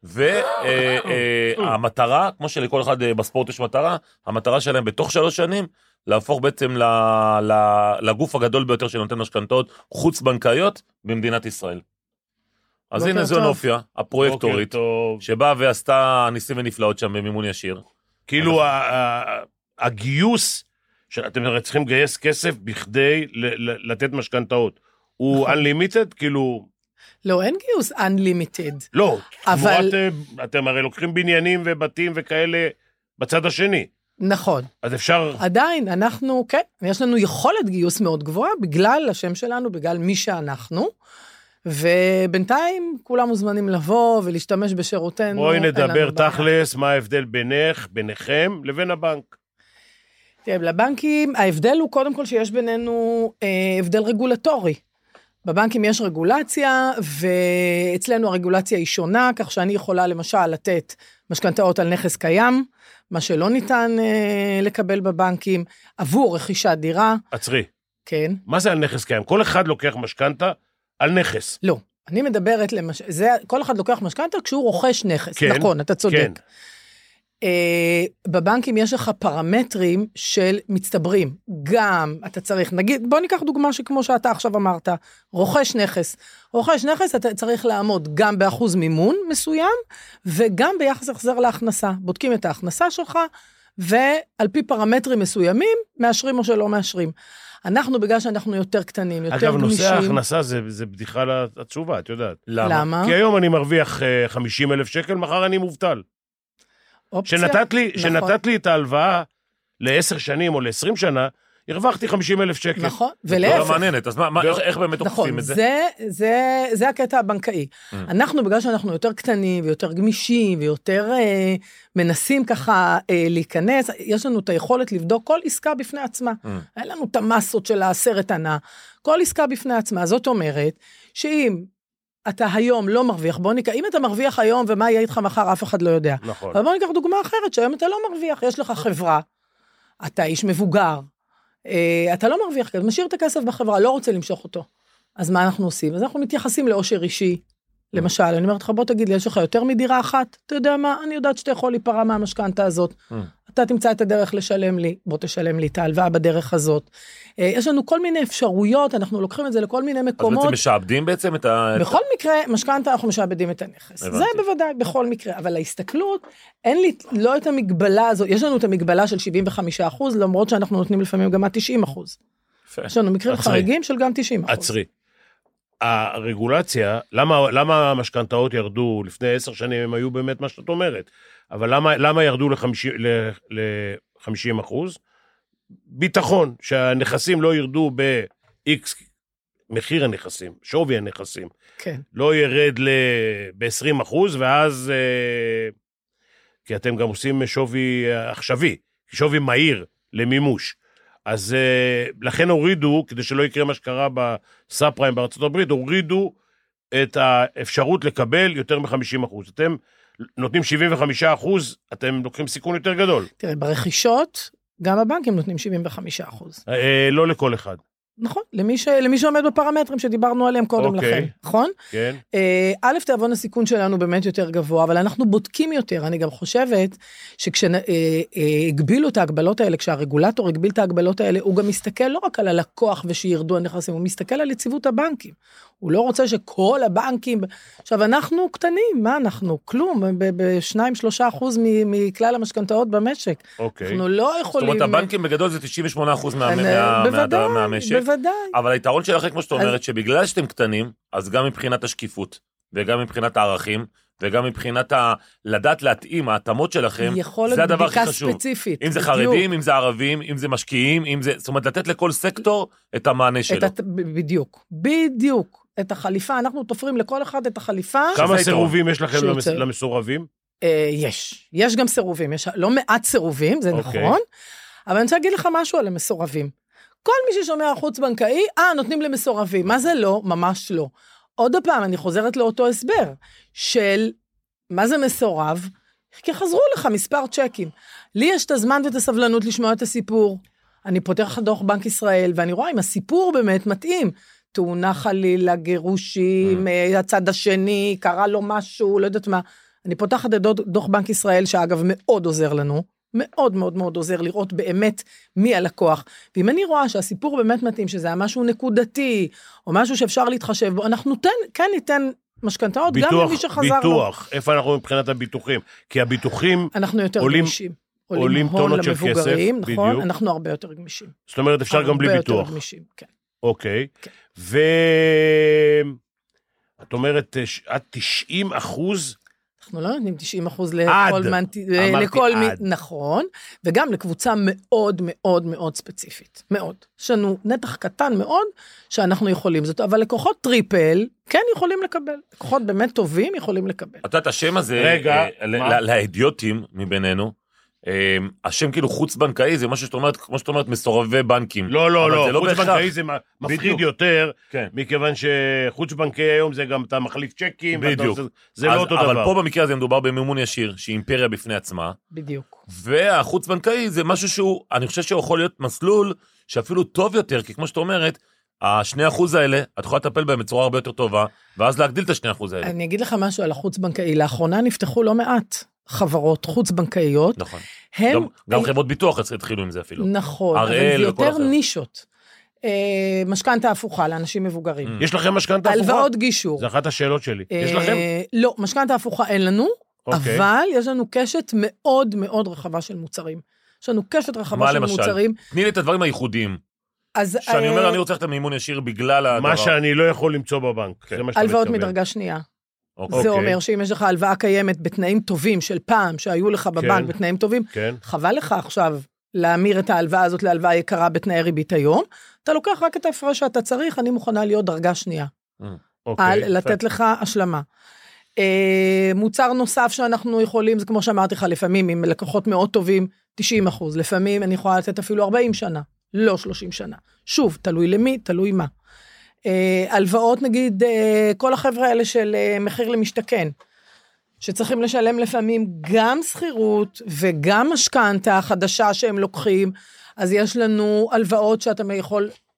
והמטרה, כמו שלכל אחד בספורט יש מטרה, המטרה שלהם בתוך שלוש שנים, להפוך בעצם לגוף הגדול ביותר שנותן משכנתאות חוץ בנקאיות במדינת ישראל. אז הנה זו נופיה, הפרויקטורית, שבאה ועשתה ניסים ונפלאות שם במימון ישיר. כאילו הגיוס, שאתם צריכים לגייס כסף בכדי לתת משכנתאות. הוא unlimited, כאילו... לא, אין גיוס unlimited. לא, אבל... אתם הרי לוקחים בניינים ובתים וכאלה בצד השני. נכון. אז אפשר... עדיין, אנחנו, כן, יש לנו יכולת גיוס מאוד גבוהה, בגלל השם שלנו, בגלל מי שאנחנו, ובינתיים כולם מוזמנים לבוא ולהשתמש בשירותנו. בואי נדבר תכלס, מה ההבדל בינך, ביניכם, לבין הבנק. תראה, לבנקים, ההבדל הוא קודם כל שיש בינינו אה, הבדל רגולטורי. בבנקים יש רגולציה, ואצלנו הרגולציה היא שונה, כך שאני יכולה למשל לתת משכנתאות על נכס קיים, מה שלא ניתן אה, לקבל בבנקים, עבור רכישת דירה. עצרי. כן. מה זה על נכס קיים? כל אחד לוקח משכנתה על נכס. לא, אני מדברת, למש... זה, כל אחד לוקח משכנתה כשהוא רוכש נכס. כן, נכון, אתה צודק. כן. Uh, בבנקים יש לך פרמטרים של מצטברים, גם אתה צריך, נגיד, בוא ניקח דוגמה שכמו שאתה עכשיו אמרת, רוכש נכס, רוכש נכס אתה צריך לעמוד גם באחוז מימון מסוים, וגם ביחס החזר להכנסה, בודקים את ההכנסה שלך, ועל פי פרמטרים מסוימים, מאשרים או שלא מאשרים. אנחנו בגלל שאנחנו יותר קטנים, יותר אגב, גמישים. אגב, נושא ההכנסה זה, זה בדיחה לעצובה, את יודעת. למה? למה? כי היום אני מרוויח חמישים אלף שקל, מחר אני מובטל. אופציה? שנתת לי, נכון. שנתת לי את ההלוואה לעשר שנים או לעשרים שנה, הרווחתי חמישים אלף שקל. נכון, ולהפך. לא מעניינת, אז מה, מה, איך, איך באמת נכון, אוכפים את זה? זה, זה, זה הקטע הבנקאי. Mm. אנחנו, בגלל שאנחנו יותר קטנים ויותר גמישים ויותר אה, מנסים ככה אה, להיכנס, יש לנו את היכולת לבדוק כל עסקה בפני עצמה. Mm. אין לנו את המסות של העשרת ענה. כל עסקה בפני עצמה. זאת אומרת, שאם אתה היום לא מרוויח, בוא ניקח, אם אתה מרוויח היום ומה יהיה איתך מחר, אף אחד לא יודע. נכון. אבל בוא ניקח דוגמה אחרת, שהיום אתה לא מרוויח, יש לך חברה, אתה איש מבוגר, אתה לא מרוויח, אתה משאיר את הכסף בחברה, לא רוצה למשוך אותו. אז מה אנחנו עושים? אז אנחנו מתייחסים לאושר אישי, למשל, אני אומרת לך, בוא תגיד לי, יש לך יותר מדירה אחת? אתה יודע מה? אני יודעת שאתה יכול להיפרע מהמשכנתה הזאת. אתה תמצא את הדרך לשלם לי, בוא תשלם לי את ההלוואה בדרך הזאת. יש לנו כל מיני אפשרויות, אנחנו לוקחים את זה לכל מיני מקומות. אז בעצם משעבדים בעצם את ה... בכל מקרה, משכנתא אנחנו משעבדים את הנכס. זה בוודאי, בכל מקרה. אבל ההסתכלות, אין לי לא את המגבלה הזאת, יש לנו את המגבלה של שבעים וחמישה אחוז, למרות שאנחנו נותנים לפעמים גם תשעים אחוז. יש לנו מקרים חריגים של גם תשעים אחוז. עצרי. הרגולציה, למה, למה המשכנתאות ירדו לפני עשר שנים, הם היו באמת מה שאת אומרת, אבל למה, למה ירדו ל-חמישים אחוז? ביטחון, שהנכסים לא ירדו ב-X, מחיר הנכסים, שווי הנכסים, כן. לא ירד ב-עשרים אחוז, ואז, כי אתם גם עושים שווי עכשווי, שווי מהיר למימוש. אז לכן הורידו, כדי שלא יקרה מה שקרה בסאב פריים בארצות הברית, הורידו את האפשרות לקבל יותר מ-חמישים אחוז. אתם נותנים שבעים וחמישה אחוז, אתם לוקחים סיכון יותר גדול. תראה, ברכישות, גם הבנקים נותנים שבעים וחמישה אחוז. אה, לא לכל אחד. נכון, למי, ש... למי שעומד בפרמטרים שדיברנו עליהם קודם אוקיי. לכן, נכון? כן. א', תיאבון הסיכון שלנו באמת יותר גבוה, אבל אנחנו בודקים יותר, אני גם חושבת שכשהגבילו את ההגבלות האלה, כשהרגולטור הגביל את ההגבלות האלה, הוא גם מסתכל לא רק על הלקוח ושירדו הנכסים, הוא מסתכל על יציבות הבנקים. הוא לא רוצה שכל הבנקים, עכשיו אנחנו קטנים, מה אנחנו? כלום, ב-שניים שלושה אחוז מכלל המשכנתאות במשק. אוקיי. אנחנו לא יכולים... זאת אומרת, הבנקים בגדול זה תשעים ושמונה אחוז מהמשק. בוודאי. אבל היתרון שלכם, כמו שאת אומרת, שבגלל שאתם קטנים, אז גם מבחינת השקיפות, וגם מבחינת הערכים, וגם מבחינת ה... לדעת להתאים, ההתאמות שלכם, זה הדבר הכי חשוב. ספציפית. אם זה חרדים, אם זה ערבים, אם זה משקיעים, אם זה... זאת אומרת, לתת לכל סקטור את המענה שלו. בדיוק, בדיוק. את החליפה, אנחנו תופרים לכל אחד את החליפה. כמה סירובים יש לכם למסורבים? יש, יש גם סירובים, יש לא מעט סירובים, זה נכון, אבל אני רוצה להגיד לך משהו על המסורבים. כל מי ששומע חוץ בנקאי, אה, נותנים למסורבים, מה זה לא? ממש לא. עוד פעם, אני חוזרת לאותו הסבר, של מה זה מסורב, כי חזרו לך מספר צ'קים. לי יש את הזמן ואת הסבלנות לשמוע את הסיפור. אני פותח דוח בנק ישראל, ואני רואה אם הסיפור באמת מתאים. תאונה חלילה, גירושים, הצד השני, קרה לו משהו, לא יודעת מה. אני פותחת את דוח בנק ישראל, שאגב מאוד עוזר לנו, מאוד מאוד מאוד עוזר לראות באמת מי הלקוח. ואם אני רואה שהסיפור באמת מתאים, שזה היה משהו נקודתי, או משהו שאפשר להתחשב בו, אנחנו תן, כן ניתן משכנתאות גם למי שחזר לו. ביטוח, איפה אנחנו מבחינת הביטוחים? כי הביטוחים אנחנו יותר עולים, גמישים. עולים טונות של כסף, נכון? בדיוק. אנחנו הרבה יותר גמישים. זאת אומרת, אפשר גם בלי ביטוח. הרבה יותר גמישים, כן. אוקיי. כן. ואת אומרת, עד תשעים אחוז... אנחנו לא נותנים תשעים אחוז לכל לכל מי, נכון, וגם לקבוצה מאוד מאוד מאוד ספציפית, מאוד. יש לנו נתח קטן מאוד שאנחנו יכולים זאת, אבל לקוחות טריפל כן יכולים לקבל, לקוחות באמת טובים יכולים לקבל. אתה את השם הזה, רגע, להדיוטים מבינינו, השם כאילו חוץ בנקאי, זה משהו שאת אומרת, כמו שאת אומרת, מסורבי בנקים. לא, לא, לא, חוץ בנקאי זה מפחיד יותר, מכיוון שחוץ בנקאי היום זה גם אתה מחליף צ'קים, בדיוק. זה לא אותו דבר. אבל פה במקרה הזה מדובר במימון ישיר, שהיא אימפריה בפני עצמה. בדיוק. והחוץ בנקאי זה משהו שהוא, אני חושב שהוא יכול להיות מסלול, שאפילו טוב יותר, כי כמו שאת אומרת, השני אחוז האלה, את יכולה לטפל בהם בצורה הרבה יותר טובה, ואז להגדיל את השני אחוז האלה. אני אגיד לך משהו על החוץ בנקאי, לאחרונה נפתחו לא מעט חברות חוץ בנקאיות. נכון. הם... גם, גם חברות ביטוח התחילו עם זה אפילו. נכון, אבל זה יותר נישות. אה, משכנתא הפוכה לאנשים מבוגרים. יש לכם משכנתא הפוכה? הלוואות גישור. זה אחת השאלות שלי. אה, יש לכם? לא, משכנתא הפוכה אין לנו, אוקיי. אבל יש לנו קשת מאוד מאוד רחבה של מוצרים. יש לנו קשת רחבה של למשל? מוצרים. תני לי את הדברים הייחודיים. אז, שאני אה... אומר, אני רוצה את המימון ישיר בגלל הדבר. מה שאני לא יכול למצוא בבנק. כן. הלוואות מדרגה שנייה. אוקיי. זה אומר שאם יש לך הלוואה קיימת בתנאים טובים של פעם, שהיו לך בבנק כן. בתנאים טובים, כן. חבל לך עכשיו להמיר את ההלוואה הזאת להלוואה יקרה בתנאי ריבית היום, אתה לוקח רק את ההפרש שאתה צריך, אני מוכנה להיות דרגה שנייה. אוקיי. על לתת לך השלמה. מוצר נוסף שאנחנו יכולים, זה כמו שאמרתי לך, לפעמים עם לקוחות מאוד טובים, תשעים אחוז, לפעמים אני יכולה לתת אפילו ארבעים שנה, לא שלושים שנה. שוב, תלוי למי, תלוי מה. הלוואות נגיד, כל החבר'ה האלה של מחיר למשתכן, שצריכים לשלם לפעמים גם שכירות וגם משכנתא חדשה שהם לוקחים, אז יש לנו הלוואות שאתה יכול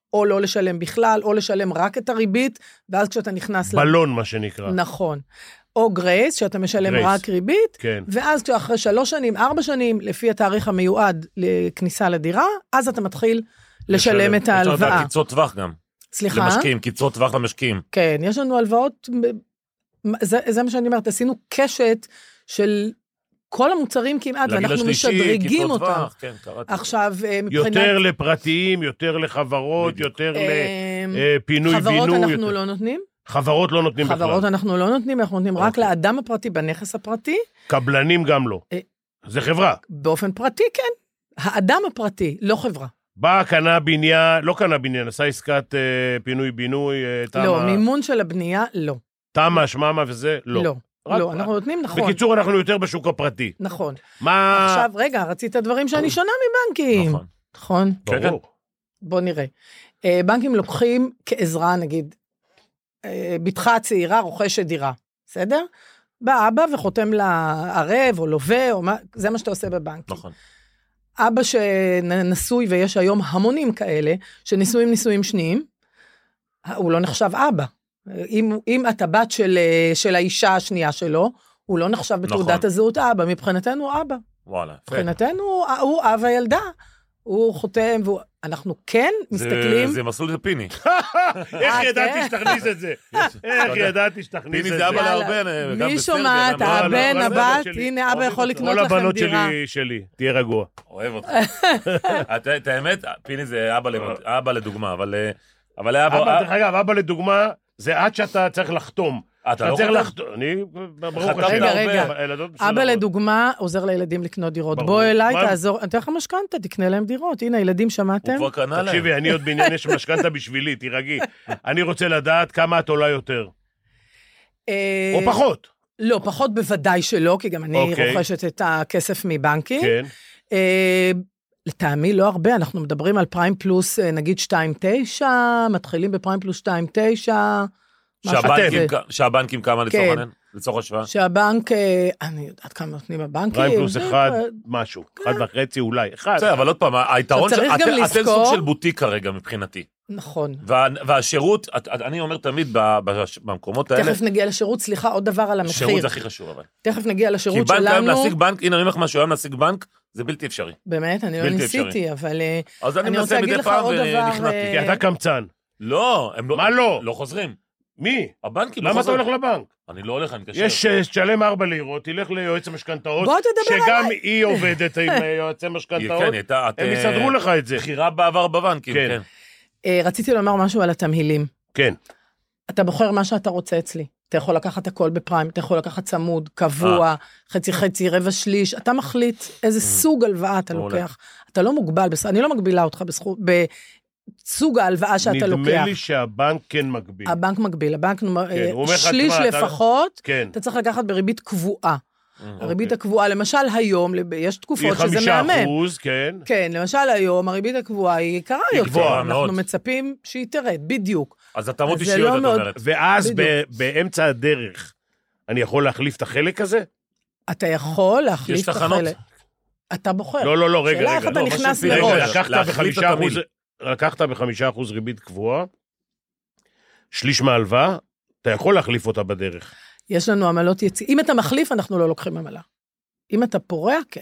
או לא לשלם בכלל, או לשלם רק את הריבית, ואז כשאתה נכנס... בלון, מה שנקרא. נכון. או גרייס, שאתה משלם גרייס. רק ריבית, כן. ואז כשאחרי שלוש שנים, ארבע שנים, לפי התאריך המיועד לכניסה לדירה, אז אתה מתחיל לשלם, לשלם. את ההלוואה. יש לנו קצרות טווח גם. סליחה? למשקיעים, קצרות טווח למשקיעים. כן, יש לנו הלוואות, זה, זה מה שאני אומרת, עשינו קשת של כל המוצרים כמעט, ואנחנו משדרגים אותם. כן, עכשיו, מבחינת... יותר לפרטיים, יותר לחברות, יותר לפינוי-בינוי. חברות אנחנו יותר... לא נותנים. חברות לא נותנים בכלל. חברות אנחנו לא נותנים, אנחנו נותנים רק לאדם הפרטי בנכס הפרטי. קבלנים גם לא. זה חברה. באופן פרטי, כן. האדם הפרטי, לא חברה. בא, קנה בניין, לא קנה בניין, עשה עסקת פינוי-בינוי, תמה... לא, מימון של הבנייה, לא. תמה, שממה וזה, לא. לא. לא, אנחנו נותנים, נכון. בקיצור, אנחנו יותר בשוק הפרטי. נכון. מה... עכשיו, רגע, רצית דברים שאני שונה מבנקים. נכון. נכון? ברור. בוא נראה. בנקים לוקחים כעזרה, נגיד, בתך הצעירה רוכשת דירה, בסדר? בא אבא וחותם לה ערב או לווה, או מה, זה מה שאתה עושה בבנקים. נכון. אבא שנשוי, ויש היום המונים כאלה, שנישואים נישואים שניים, הוא לא נחשב אבא. אם, אם אתה בת של, של האישה השנייה שלו, הוא לא נחשב בתעודת נכון. הזהות אבא, מבחינתנו הוא אבא. וואלה. מבחינתנו הוא אב הילדה, הוא חותם, ואנחנו כן מסתכלים... זה מסלול לפיני. איך ידעתי שתכניס את זה? איך ידעתי שתכניס את זה? פיני זה אבא להרבה, מי שומעת, הבן, הבת, הנה אבא יכול לקנות לכם דירה. כל הבנות שלי, שלי, תהיה רגוע. אוהב אותך. את האמת, פיני זה אבא לדוגמה, אבל... אבל אבא... דרך אגב, אבא לדוגמה, זה עד שאתה צריך לחתום. אתה לא צריך לחתום? אני, ברוך השם. רגע, רגע, אבא לדוגמה עוזר לילדים לקנות דירות. בוא אליי, תעזור, אני אתן לך משכנתה, תקנה להם דירות. הנה, ילדים, שמעתם? הוא כבר קנה להם. תקשיבי, אני עוד בעניין יש משכנתה בשבילי, תירגעי. אני רוצה לדעת כמה את עולה יותר. או פחות. לא, פחות בוודאי שלא, כי גם אני רוכשת את הכסף מבנקים. כן. לטעמי לא הרבה, אנחנו מדברים על פריים פלוס, נגיד שתיים תשע, מתחילים בפריים פלוס שתיים תשע, שהבנקים כמה לצורך השוואה? שהבנק, אני יודעת כמה נותנים בבנקים. פריים פלוס אחד, משהו, אחד וחצי אולי, אחד. בסדר, אבל עוד פעם, היתרון, אתם סוג של בוטיק כרגע מבחינתי. נכון. והשירות, אני אומר תמיד במקומות האלה... תכף נגיע לשירות, סליחה, עוד דבר על המחיר. שירות זה הכי חשוב, אבל. תכף נגיע לשירות שלנו. כי בנק היום להשיג בנק, הנה אני אומר לך משהו, היום להשיג בנק, זה בלתי אפשרי. באמת, אני לא ניסיתי, אבל... אז אני מנסה מדי פעם ונכנעתי. כי אתה קמצן. לא, הם לא... מה לא? לא חוזרים. מי? הבנקים לא חוזרים. למה אתה הולך לבנק? אני לא הולך, אני קשר. יש, תשלם ארבע לירות, תלך ליועץ המשכנתאות. בוא תדבר עליי. שגם היא עובדת עם יועצי המשכנתאות. הם יסדרו לך את זה. בחירה בעבר בבנקים, כן. רציתי לומר משהו על התמהילים. כן. אתה בוחר מה שאתה רוצה אצלי. אתה יכול לקחת הכל בפריים, אתה יכול לקחת צמוד, קבוע, חצי חצי, רבע שליש. אתה מחליט איזה סוג הלוואה אתה לוקח. אתה לא מוגבל, אני לא מגבילה אותך בסוג ההלוואה שאתה לוקח. נדמה לי שהבנק כן מגביל. הבנק מגביל, הבנק שליש לפחות, אתה צריך לקחת בריבית קבועה. הריבית הקבועה, למשל היום, יש תקופות שזה מהמם. היא חמישה אחוז, כן. כן, למשל היום, הריבית הקבועה היא יקרה יותר. אנחנו מצפים שהיא תרד, בדיוק. אז אתה מאוד אישיות, את אומרת. ואז באמצע הדרך, אני יכול להחליף את החלק הזה? אתה יכול להחליף את החלק. יש תחנות? אתה בוחר. לא, לא, לא, רגע, רגע. שאלה איך אתה נכנס לראש. לקחת בחמישה אחוז ריבית קבועה, שליש מהלוואה, אתה יכול להחליף אותה בדרך. יש לנו עמלות יציאה. אם אתה מחליף, אנחנו לא לוקחים עמלה. אם אתה פורע, כן.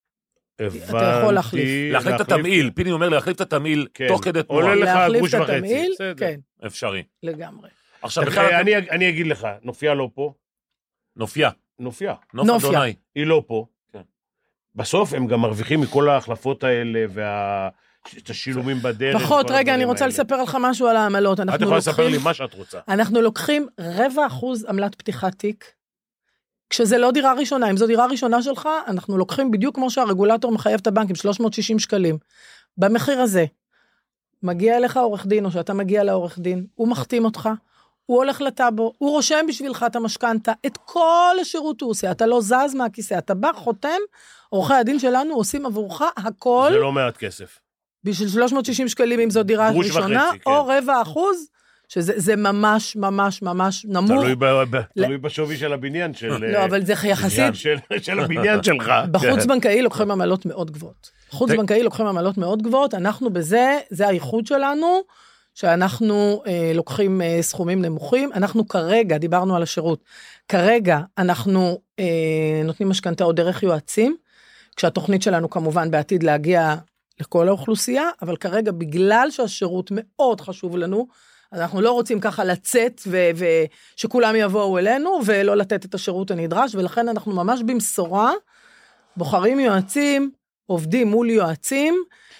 אתה יכול להחליף. להחליף את התמעיל. פיני אומר להחליף את התמעיל תוך כדי תנועה. עולה לך גוש וחצי. כן. אפשרי. לגמרי. עכשיו, אני אגיד לך, נופיה לא פה. נופיה. נופיה. נוף אדוני. היא לא פה. בסוף הם גם מרוויחים מכל ההחלפות האלה וה... את השילומים בדרך. פחות, רגע, אני רוצה לספר לך משהו על העמלות. את יכולה לספר לי מה שאת רוצה. אנחנו לוקחים רבע אחוז עמלת פתיחת תיק, כשזה לא דירה ראשונה. אם זו דירה ראשונה שלך, אנחנו לוקחים בדיוק כמו שהרגולטור מחייב את הבנק, עם שלוש מאות ושישים שקלים. במחיר הזה, מגיע אליך עורך דין, או שאתה מגיע לעורך דין, הוא מחתים אותך, הוא הולך לטאבו, הוא רושם בשבילך את המשכנתה, את כל השירות הוא עושה, אתה לא זז מהכיסא, אתה בא, חותם, עורכי הדין שלנו עושים עבורך הכל. זה לא מעט כסף. בשביל שלוש מאות ושישים שקלים, אם זו דירה ראשונה, וחצי, או כן. רבע אחוז, שזה ממש, ממש, ממש נמוך. תלוי, ב, ב, תלוי בשווי של הבניין של... לא, אבל זה יחסית... של, של הבניין שלך. בחוץ בנקאי לוקחים עמלות מאוד גבוהות. חוץ בנקאי לוקחים עמלות מאוד גבוהות, אנחנו בזה, זה הייחוד שלנו, שאנחנו אה, לוקחים אה, סכומים נמוכים, אנחנו כרגע, דיברנו על השירות, כרגע אנחנו אה, נותנים משכנתאות דרך יועצים, כשהתוכנית שלנו כמובן בעתיד להגיע לכל האוכלוסייה, אבל כרגע בגלל שהשירות מאוד חשוב לנו, אז אנחנו לא רוצים ככה לצאת, ושכולם יבואו אלינו, ולא לתת את השירות הנדרש, ולכן אנחנו ממש במשורה, בוחרים יועצים, עובדים מול יועצים,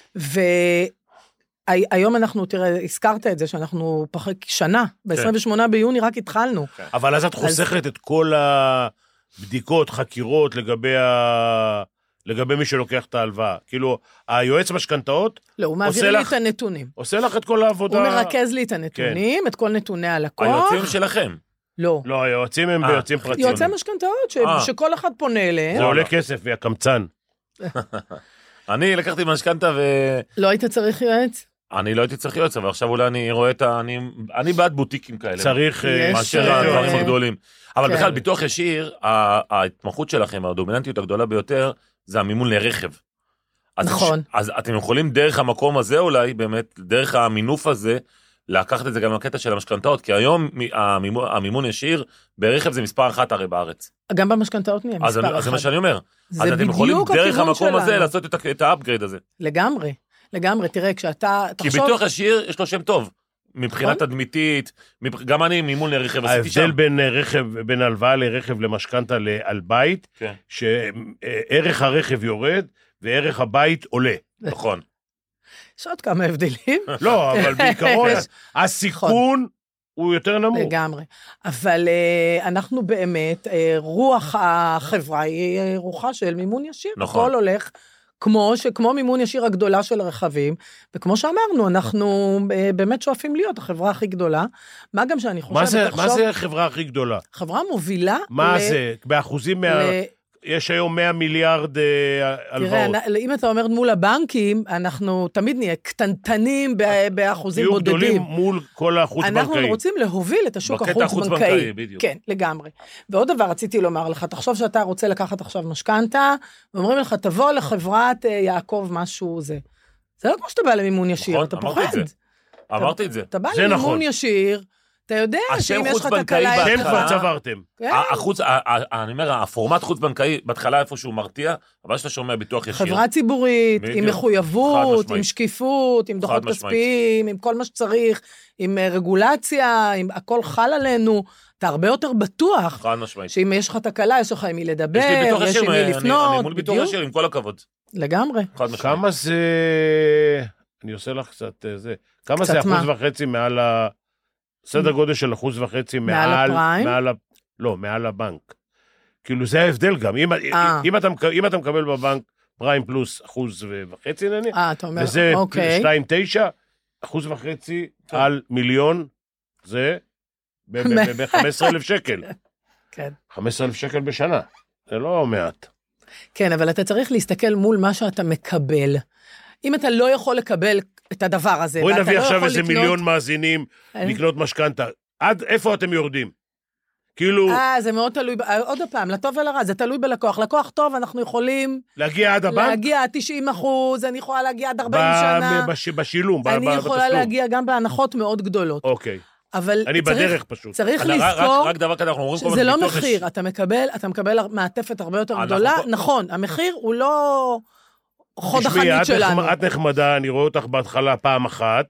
והיום אנחנו, תראה, הזכרת את זה, שאנחנו פחות שנה, ב-עשרים ושמונה ביוני רק התחלנו. אבל אז את חוסכת את כל הבדיקות, חקירות, לגבי ה... לגבי מי שלוקח את ההלוואה. כאילו, היועץ משכנתאות... לא, הוא מעביר לי את הנתונים. עושה לך את כל העבודה... הוא מרכז לי את הנתונים, כן. את כל נתוני הלקוח. היועצים שלכם. לא. לא, היועצים הם ביועצים פרטיים. יועצי משכנתאות, ש... שכל אחד פונה אליהם. זה עולה כסף, והקמצן. אני לקחתי משכנתה ו... לא היית צריך יועץ? אני לא הייתי צריך יועץ, אבל עכשיו אולי אני רואה את ה... אני, אני בעד בוטיקים כאלה. צריך... מאשר הדברים הגדולים. אבל בכלל, ביטוח ישיר, ההתמחות שלכם, הדומיננטיות הגדולה ביותר, זה המימון לרכב. נכון. אז אתם יכולים דרך המקום הזה אולי, באמת, דרך המינוף הזה, לקחת את זה גם לקטע של המשכנתאות, כי היום המימון ישיר ברכב זה מספר אחת הרי בארץ. גם במשכנתאות נהיה מספר אחת. אז זה מה שאני אומר. אז אתם יכולים דרך המקום הזה לעשות את האפגרייד הזה. לגמרי, לגמרי. תראה, כשאתה... כי ביטוח ישיר יש לו שם טוב. מבחינת תדמיתית, גם אני מימון לרכב עשיתי שם. ההבדל בין רכב, בין הלוואה לרכב למשכנתה על בית, שערך הרכב יורד, וערך הבית עולה. נכון. יש עוד כמה הבדלים. לא, אבל בעיקרון, הסיכון הוא יותר נמוך. לגמרי. אבל אנחנו באמת, רוח החברה היא רוחה של מימון ישיר. נכון. הכל הולך... כמו שכמו מימון ישיר הגדולה של הרכבים, וכמו שאמרנו, אנחנו באמת שואפים להיות החברה הכי גדולה, מה גם שאני חושבת... מה זה, מה זה החברה הכי גדולה? חברה מובילה... מה ל... זה? באחוזים מה... ל... יש היום מאה מיליארד הלוואות. תראה, אם אתה אומר מול הבנקים, אנחנו תמיד נהיה קטנטנים באחוזים בודדים. יהיו גדולים מול כל החוץ-בנקאי. אנחנו רוצים להוביל את השוק החוץ-בנקאי. כן, לגמרי. ועוד דבר רציתי לומר לך, תחשוב שאתה רוצה לקחת עכשיו משכנתה, ואומרים לך, תבוא לחברת יעקב משהו זה. זה לא כמו שאתה בא למימון ישיר, אתה פוחד. אמרתי את זה. אתה בא למימון ישיר, אתה יודע שאם יש לך תקלה... השם כבר צברתם. החוץ, אני אומר, הפורמט חוץ-בנקאי, בהתחלה איפה שהוא מרתיע, אבל שאתה שומע ביטוח ישיר. חברה ציבורית, עם מחויבות, עם שקיפות, עם דוחות כספיים, עם כל מה שצריך, עם רגולציה, עם הכל חל עלינו, אתה הרבה יותר בטוח, שאם יש לך תקלה, יש לך עם מי לדבר, יש עם מי לפנות. אני מול ביטוח ישיר, עם כל הכבוד. לגמרי. כמה זה... אני עושה לך קצת זה... כמה זה אחוז וחצי מעל ה... סדר גודל של אחוז וחצי מעל... מעל הפריים? מעל, לא, מעל הבנק. כאילו זה ההבדל גם. אם, אם, אתה, אם אתה מקבל בבנק פריים פלוס אחוז וחצי נניח, אה, אתה אומר, וזה אוקיי. שתיים תשע, אחוז וחצי על מיליון, זה ב-חמישה עשר אלף שקל. כן. חמישה עשר אלף שקל בשנה. זה לא מעט. כן, אבל אתה צריך להסתכל מול מה שאתה מקבל. אם אתה לא יכול לקבל את הדבר הזה, בואי נביא לא עכשיו איזה לקנות... מיליון מאזינים לקנות משכנתה. עד איפה אתם יורדים? כאילו... אה, זה מאוד תלוי, עוד פעם, לטוב ולרע, זה תלוי בלקוח. לקוח טוב, אנחנו יכולים... להגיע עד הבנק? להגיע עד תשעים אחוז, אני יכולה להגיע עד ארבעים שנה. בש, בשילום, אני בתשלום. יכולה להגיע גם בהנחות מאוד גדולות. אוקיי. אבל אני צריך, בדרך פשוט. צריך רק, לזכור... רק, רק דבר כזה, אנחנו אומרים כל שזה לא מחיר, יש... אתה מקבל, אתה מקבל מעטפת הרבה יותר גדולה. אנחנו... נכון, המחיר הוא לא... חוד החנית שלנו. את נחמדה, אני רואה אותך בהתחלה פעם אחת,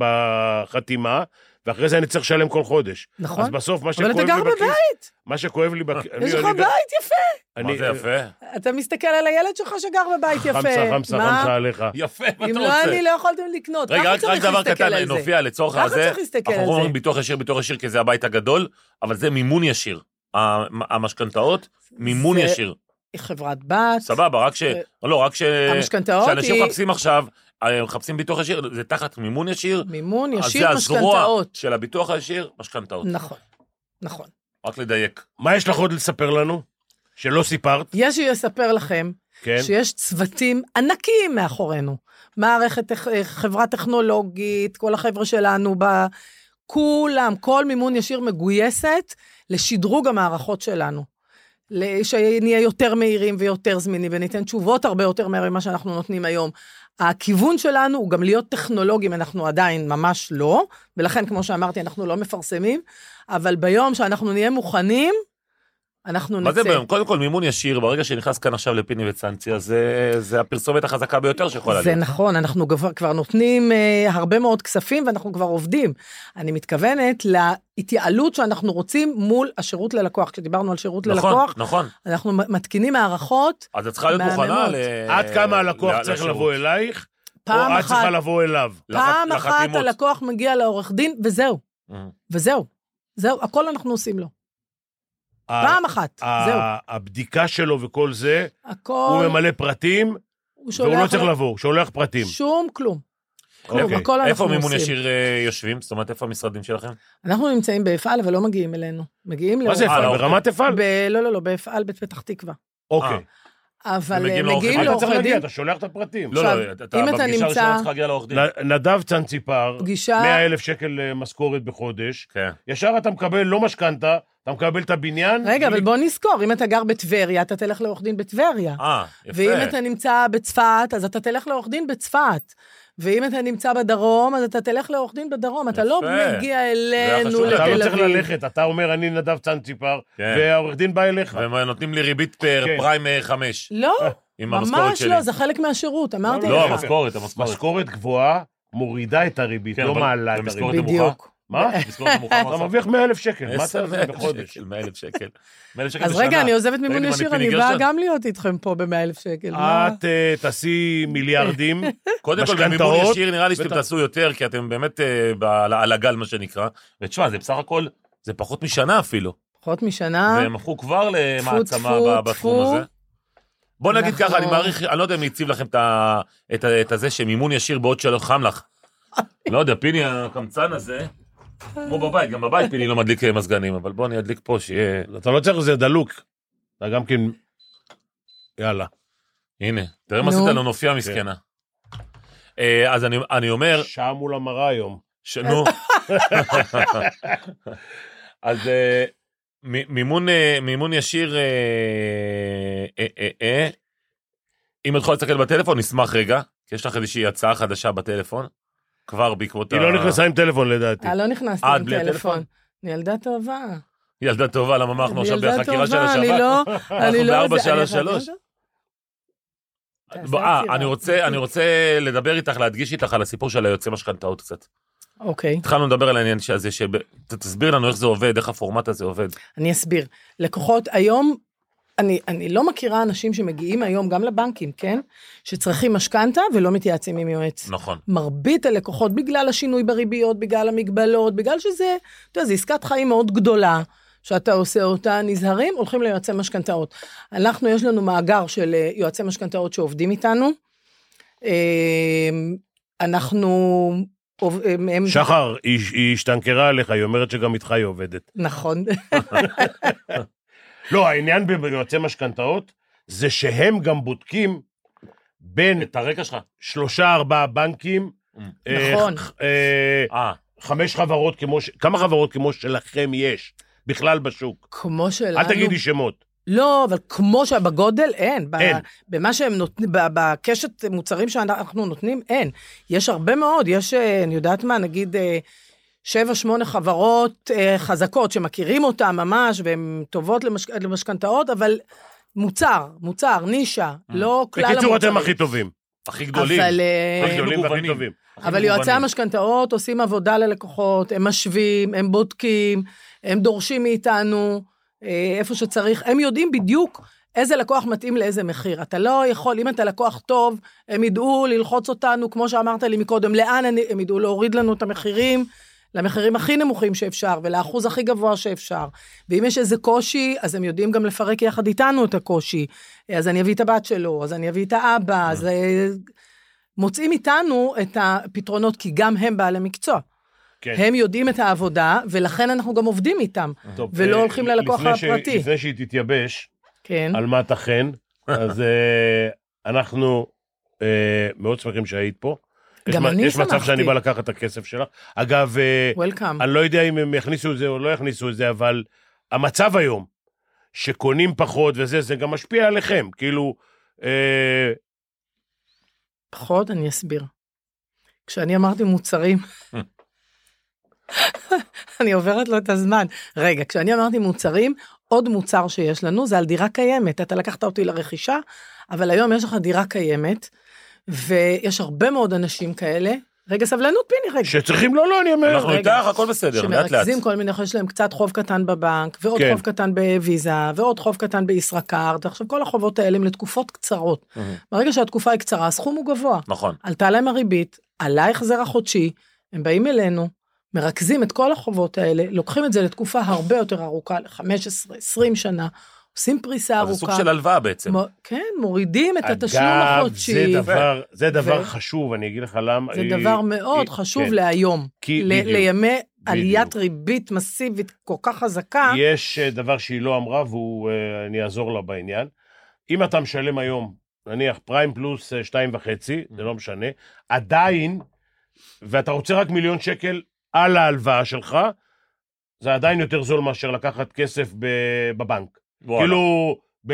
בחתימה, ואחרי זה אני צריך לשלם כל חודש. נכון. אז בסוף מה שכואב לי בכיס... אבל אתה גר בבית. מה שכואב לי בכיס... יש לך בית יפה. מה זה יפה? אתה מסתכל על הילד שלך שגר בבית יפה. חמסה, חמסה, חמסה עליך. יפה, מה אתה רוצה? אם לא, אני לא יכולתם לקנות. רגע, רק דבר קטן, נופיע לצורך הזה. ככה צריך להסתכל על זה. אנחנו אומרים ביטוח ישיר, ביטוח ישיר, כי זה הבית הגדול, אבל זה מימון ישיר. המשכנתאות, מימון ישיר. חברת בת. סבבה, רק ש... לא, רק ש... המשכנתאות היא... שאנשים מחפשים עכשיו, מחפשים ביטוח ישיר, זה תחת מימון ישיר. מימון ישיר, משכנתאות. אז זה הזרוע של הביטוח הישיר, משכנתאות. נכון, נכון. רק לדייק. מה יש לך עוד לספר לנו? שלא סיפרת? יש לי לספר לכם, כן. שיש צוותים ענקיים מאחורינו. מערכת, חברה טכנולוגית, כל החבר'ה שלנו, בה, כולם, כל מימון ישיר מגויסת לשדרוג המערכות שלנו. שנהיה יותר מהירים ויותר זמינים, וניתן תשובות הרבה יותר מהר ממה שאנחנו נותנים היום. הכיוון שלנו הוא גם להיות טכנולוגים, אנחנו עדיין ממש לא, ולכן, כמו שאמרתי, אנחנו לא מפרסמים, אבל ביום שאנחנו נהיה מוכנים, אנחנו נצא. מה זה ביום? קודם כל, מימון ישיר, ברגע שנכנס כאן עכשיו לפיני וצנצי, אז זה, זה הפרסומת החזקה ביותר שיכולה להיות. זה נכון, אנחנו כבר, כבר נותנים uh, הרבה מאוד כספים, ואנחנו כבר עובדים. אני מתכוונת להתייעלות שאנחנו רוצים מול השירות ללקוח. כשדיברנו על שירות נכון, ללקוח, נכון. אנחנו מתקינים מערכות. אז את צריכה להיות מוכנה ל... עד כמה הלקוח צריך לבוא אלייך, או את צריכה לבוא אליו? פעם אחת הלקוח מגיע לעורך דין, וזהו. וזהו. זהו, הכל אנחנו עושים לו. פעם אחת, זהו. הבדיקה שלו וכל זה, הוא ממלא פרטים, והוא לא צריך לבוא, שולח פרטים. שום כלום. כלום, הכל אנחנו עושים. איפה מימון ישיר יושבים? זאת אומרת, איפה המשרדים שלכם? אנחנו נמצאים באפעל, אבל לא מגיעים אלינו. מגיעים... מה זה אפעל? ברמת אפעל? לא, לא, לא, באפעל בפתח תקווה. אוקיי. אבל מגיעים לעורך דין. אתה שולח את הפרטים. לא, לא, אתה בפגישה ראשונה צריך להגיע לעורך דין. נדב צנציפר, מאה אלף שקל משכורת בחודש, ישר אתה מקבל לא משכנתה, אתה מקבל את הבניין. רגע, אבל בוא נזכור, אם אתה גר בטבריה, אתה תלך לעורך דין בטבריה. אה, יפה. ואם אתה נמצא בצפת, אז אתה תלך לעורך דין בצפת. ואם אתה נמצא בדרום, אז אתה תלך לעורך דין בדרום. אתה לא מגיע אלינו לתל אביב. אתה לא צריך ללכת, אתה אומר, אני נדב צנציפר, והעורך דין בא אליך. ונותנים לי ריבית פר פריים חמש. לא, ממש לא, זה חלק מהשירות, אמרתי לך. לא, המשכורת, המשכורת. משכורת גבוהה מורידה את הריבית, לא מעלה את הריבית. בדיוק. מה? אתה מרוויח מאה אלף שקל, מה אתה עושה בחודש? מאה אלף שקל. אז רגע, אני עוזבת מימון ישיר, אני באה גם להיות איתכם פה ב-מאה אלף שקל. את תעשי מיליארדים, קודם כל, במימון ישיר נראה לי שאתם תעשו יותר, כי אתם באמת על הגל, מה שנקרא. ותשמע, זה בסך הכל, זה פחות משנה אפילו. פחות משנה. והם הפכו כבר למעצמה בתחום הזה. בוא נגיד ככה, אני מעריך, אני לא יודע אם יציב לכם את הזה, שמימון ישיר בעוד שלא חם לך. לא יודע, פיני הקמצן הזה, כמו בבית, גם בבית פיני לא מדליק מזגנים, אבל בוא אני אדליק פה שיהיה... אתה לא צריך לזה דלוק, אתה גם כן... יאללה. הנה, תראה מה עשית לנו נופיע מסכנה. אז אני אומר... שעה מול המראה היום. נו. אז מימון ישיר... אם את יכולה לצקל בטלפון, נשמח רגע, כי יש לך איזושהי הצעה חדשה בטלפון. כבר בעקבות... היא לא נכנסה עם טלפון לדעתי. אה, לא נכנסתי עם טלפון. אני ילדה טובה. ילדה טובה, למה מה אנחנו עכשיו בחקירה של השב"כ? אני לא... אנחנו בארבע שלוש שלוש. אני רוצה לדבר איתך, להדגיש איתך על הסיפור של היוצא משכנתאות קצת. אוקיי. התחלנו לדבר על העניין הזה, תסביר לנו איך זה עובד, איך הפורמט הזה עובד. אני אסביר. לקוחות היום... אני, אני לא מכירה אנשים שמגיעים היום גם לבנקים, כן? שצריכים משכנתה ולא מתייעצים עם יועץ. נכון. מרבית הלקוחות, בגלל השינוי בריביות, בגלל המגבלות, בגלל שזה, אתה יודע, זו עסקת חיים מאוד גדולה, שאתה עושה אותה, נזהרים, הולכים ליועצי משכנתאות. אנחנו, יש לנו מאגר של יועצי משכנתאות שעובדים איתנו. אנחנו... הם... שחר, היא, היא השתנקרה עליך, היא אומרת שגם איתך היא עובדת. נכון. לא, העניין ביועצי משכנתאות, זה שהם גם בודקים בין את הרקע שלך. שלושה, ארבעה בנקים, נכון. חמש חברות כמו, כמה חברות כמו שלכם יש, בכלל בשוק. כמו שלנו. אל תגידי שמות. לא, אבל כמו שבגודל אין. אין. במה שהם נותנים, בקשת מוצרים שאנחנו נותנים, אין. יש הרבה מאוד, יש, אני יודעת מה, נגיד... שבע, שמונה חברות אה, חזקות שמכירים אותן ממש, והן טובות למש... למשכנתאות, אבל מוצר, מוצר, נישה, mm. לא כלל המוצרים. בקיצור, אתם הכי טובים. הכי גדולים. אבל, הכי גדולים והכי טובים. אבל יועצי המשכנתאות עושים עבודה ללקוחות, הם משווים, הם בודקים, הם דורשים מאיתנו, אה, איפה שצריך, הם יודעים בדיוק איזה לקוח מתאים לאיזה מחיר. אתה לא יכול, אם אתה לקוח טוב, הם ידעו ללחוץ אותנו, כמו שאמרת לי מקודם, לאן הם ידעו להוריד לנו את המחירים, למחירים הכי נמוכים שאפשר, ולאחוז הכי גבוה שאפשר. ואם יש איזה קושי, אז הם יודעים גם לפרק יחד איתנו את הקושי. אז אני אביא את הבת שלו, אז אני אביא את האבא, אז מוצאים איתנו את הפתרונות, כי גם הם בעלי מקצוע. כן. הם יודעים את העבודה, ולכן אנחנו גם עובדים איתם, טוב, ולא אה, הולכים ללקוח הפרטי. לפני שהיא תתייבש, כן. על מה תכן, אז אנחנו מאוד שמחים שהיית פה. גם אני יש שמחתי. מצב שאני בא לקחת את הכסף שלך. אגב, Welcome. אני לא יודע אם הם יכניסו את זה או לא יכניסו את זה, אבל המצב היום, שקונים פחות וזה, זה גם משפיע עליכם. כאילו, אה, פחות, אני אסביר. כשאני אמרתי מוצרים, אני עוברת לו את הזמן. רגע, כשאני אמרתי מוצרים, עוד מוצר שיש לנו, זה על דירה קיימת. אתה לקחת אותי לרכישה, אבל היום יש לך דירה קיימת, ויש הרבה מאוד אנשים כאלה, רגע, סבלנות פיני, רגע. שצריכים, לא, לא, אני אומר. אנחנו איתך, הכל בסדר, לאט לאט. שמרכזים כל מיני, יש להם קצת חוב קטן בבנק, ועוד כן. חוב קטן בוויזה, ועוד חוב קטן בישראכרט, עכשיו כל החובות האלה הם לתקופות קצרות. Mm-hmm. ברגע שהתקופה היא קצרה, הסכום הוא גבוה. נכון. עלתה להם הריבית, עלה החזר החודשי, הם באים אלינו, מרכזים את כל החובות האלה, לוקחים את זה לתקופה הרבה יותר ארוכה, ל-חמש עשרה עשרים שנה, עושים פריסה ארוכה. זה סוג של הלוואה בעצם. מ... כן, מורידים את התשלום החודשי. אגב, זה דבר, זה דבר ו... חשוב, אני אגיד לך למה. זה דבר מאוד היא... חשוב כן. להיום. כי... ל... לימי בדיוק. עליית ריבית מסיבית כל כך חזקה. יש דבר שהיא לא אמרה, ואני אעזור לה בעניין. אם אתה משלם היום, נניח פריים פלוס שתיים וחצי, זה לא משנה, עדיין, ואתה רוצה רק מיליון שקל על ההלוואה שלך, זה עדיין יותר זול מאשר לקחת כסף בבנק. כאילו,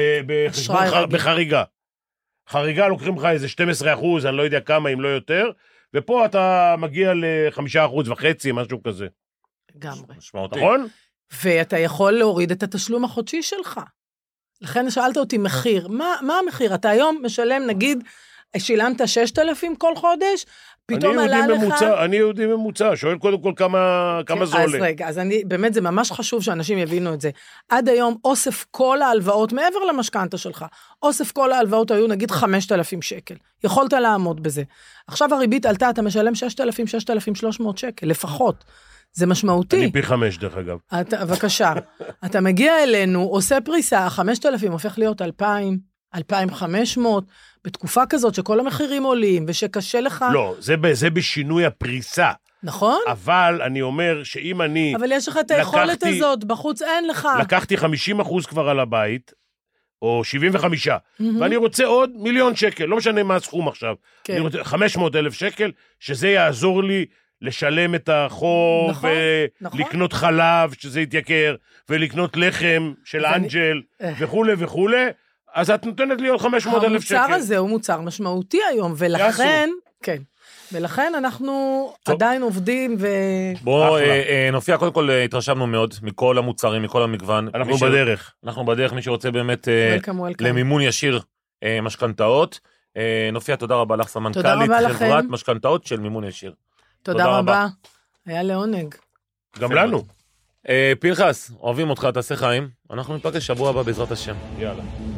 בחריגה. חריגה לוקחים לך איזה שנים עשר אחוז, אני לא יודע כמה, אם לא יותר, ופה אתה מגיע ל-חמישה אחוז וחצי, משהו כזה. לגמרי. משמעותי. נכון? ואתה יכול להוריד את התשלום החודשי שלך. לכן שאלת אותי מחיר. מה המחיר? אתה היום משלם, נגיד, שילמת ששת אלפים כל חודש, פתאום עלה לך... ממוצע, אני יהודי ממוצע, שואל קודם כל כמה, כמה כן, זה אז עולה. רגע, אז אני, באמת זה ממש חשוב שאנשים יבינו את זה. עד היום אוסף כל ההלוואות, מעבר למשכנתה שלך, אוסף כל ההלוואות היו נגיד חמשת אלפים שקל. יכולת לעמוד בזה. עכשיו הריבית עלתה, אתה משלם ששת אלפים, ששת אלפים ושלוש מאות שקל, לפחות. זה משמעותי. אני פי חמש דרך אגב. אתה, בבקשה, אתה מגיע אלינו, עושה פריסה, חמשת אלפים הופך להיות אלפיים, אלפיים וחמש מאות, בתקופה כזאת שכל המחירים עולים, ושקשה לך... לא, זה, זה בשינוי הפריסה. נכון? אבל אני אומר שאם אני... אבל יש לך את היכולת לקחתי, הזאת, בחוץ אין לך. לקחתי חמישים אחוז כבר על הבית, או שבעים וחמש, mm-hmm. ואני רוצה עוד מיליון שקל, לא משנה מה הסכום עכשיו. כן. אני רוצה חמש מאות אלף שקל, שזה יעזור לי לשלם את החוב, נכון, ולקנות נכון. חלב, שזה יתייקר, ולקנות לחם של אנג'ל, אני... וכו' וכו'. אז את נותנת לי עוד חמש מאות אלף שקל. המוצר הזה הוא מוצר משמעותי היום, ולכן, כן, ולכן אנחנו טוב. עדיין עובדים ו... בואו נופיע, קודם כל התרשמנו מאוד מכל המוצרים, מכל המגוון. אנחנו בדרך. אנחנו בדרך, מי שרוצה באמת welcome, welcome. למימון ישיר משכנתאות. נופיע, תודה רבה לך, סמנכ"לית חברת משכנתאות של מימון ישיר. תודה, תודה רבה. רבה. היה לעונג. גם לנו. פנחס, אוהבים אותך, תעשה חיים. אנחנו נפגש שבוע הבא בעזרת השם. יאללה.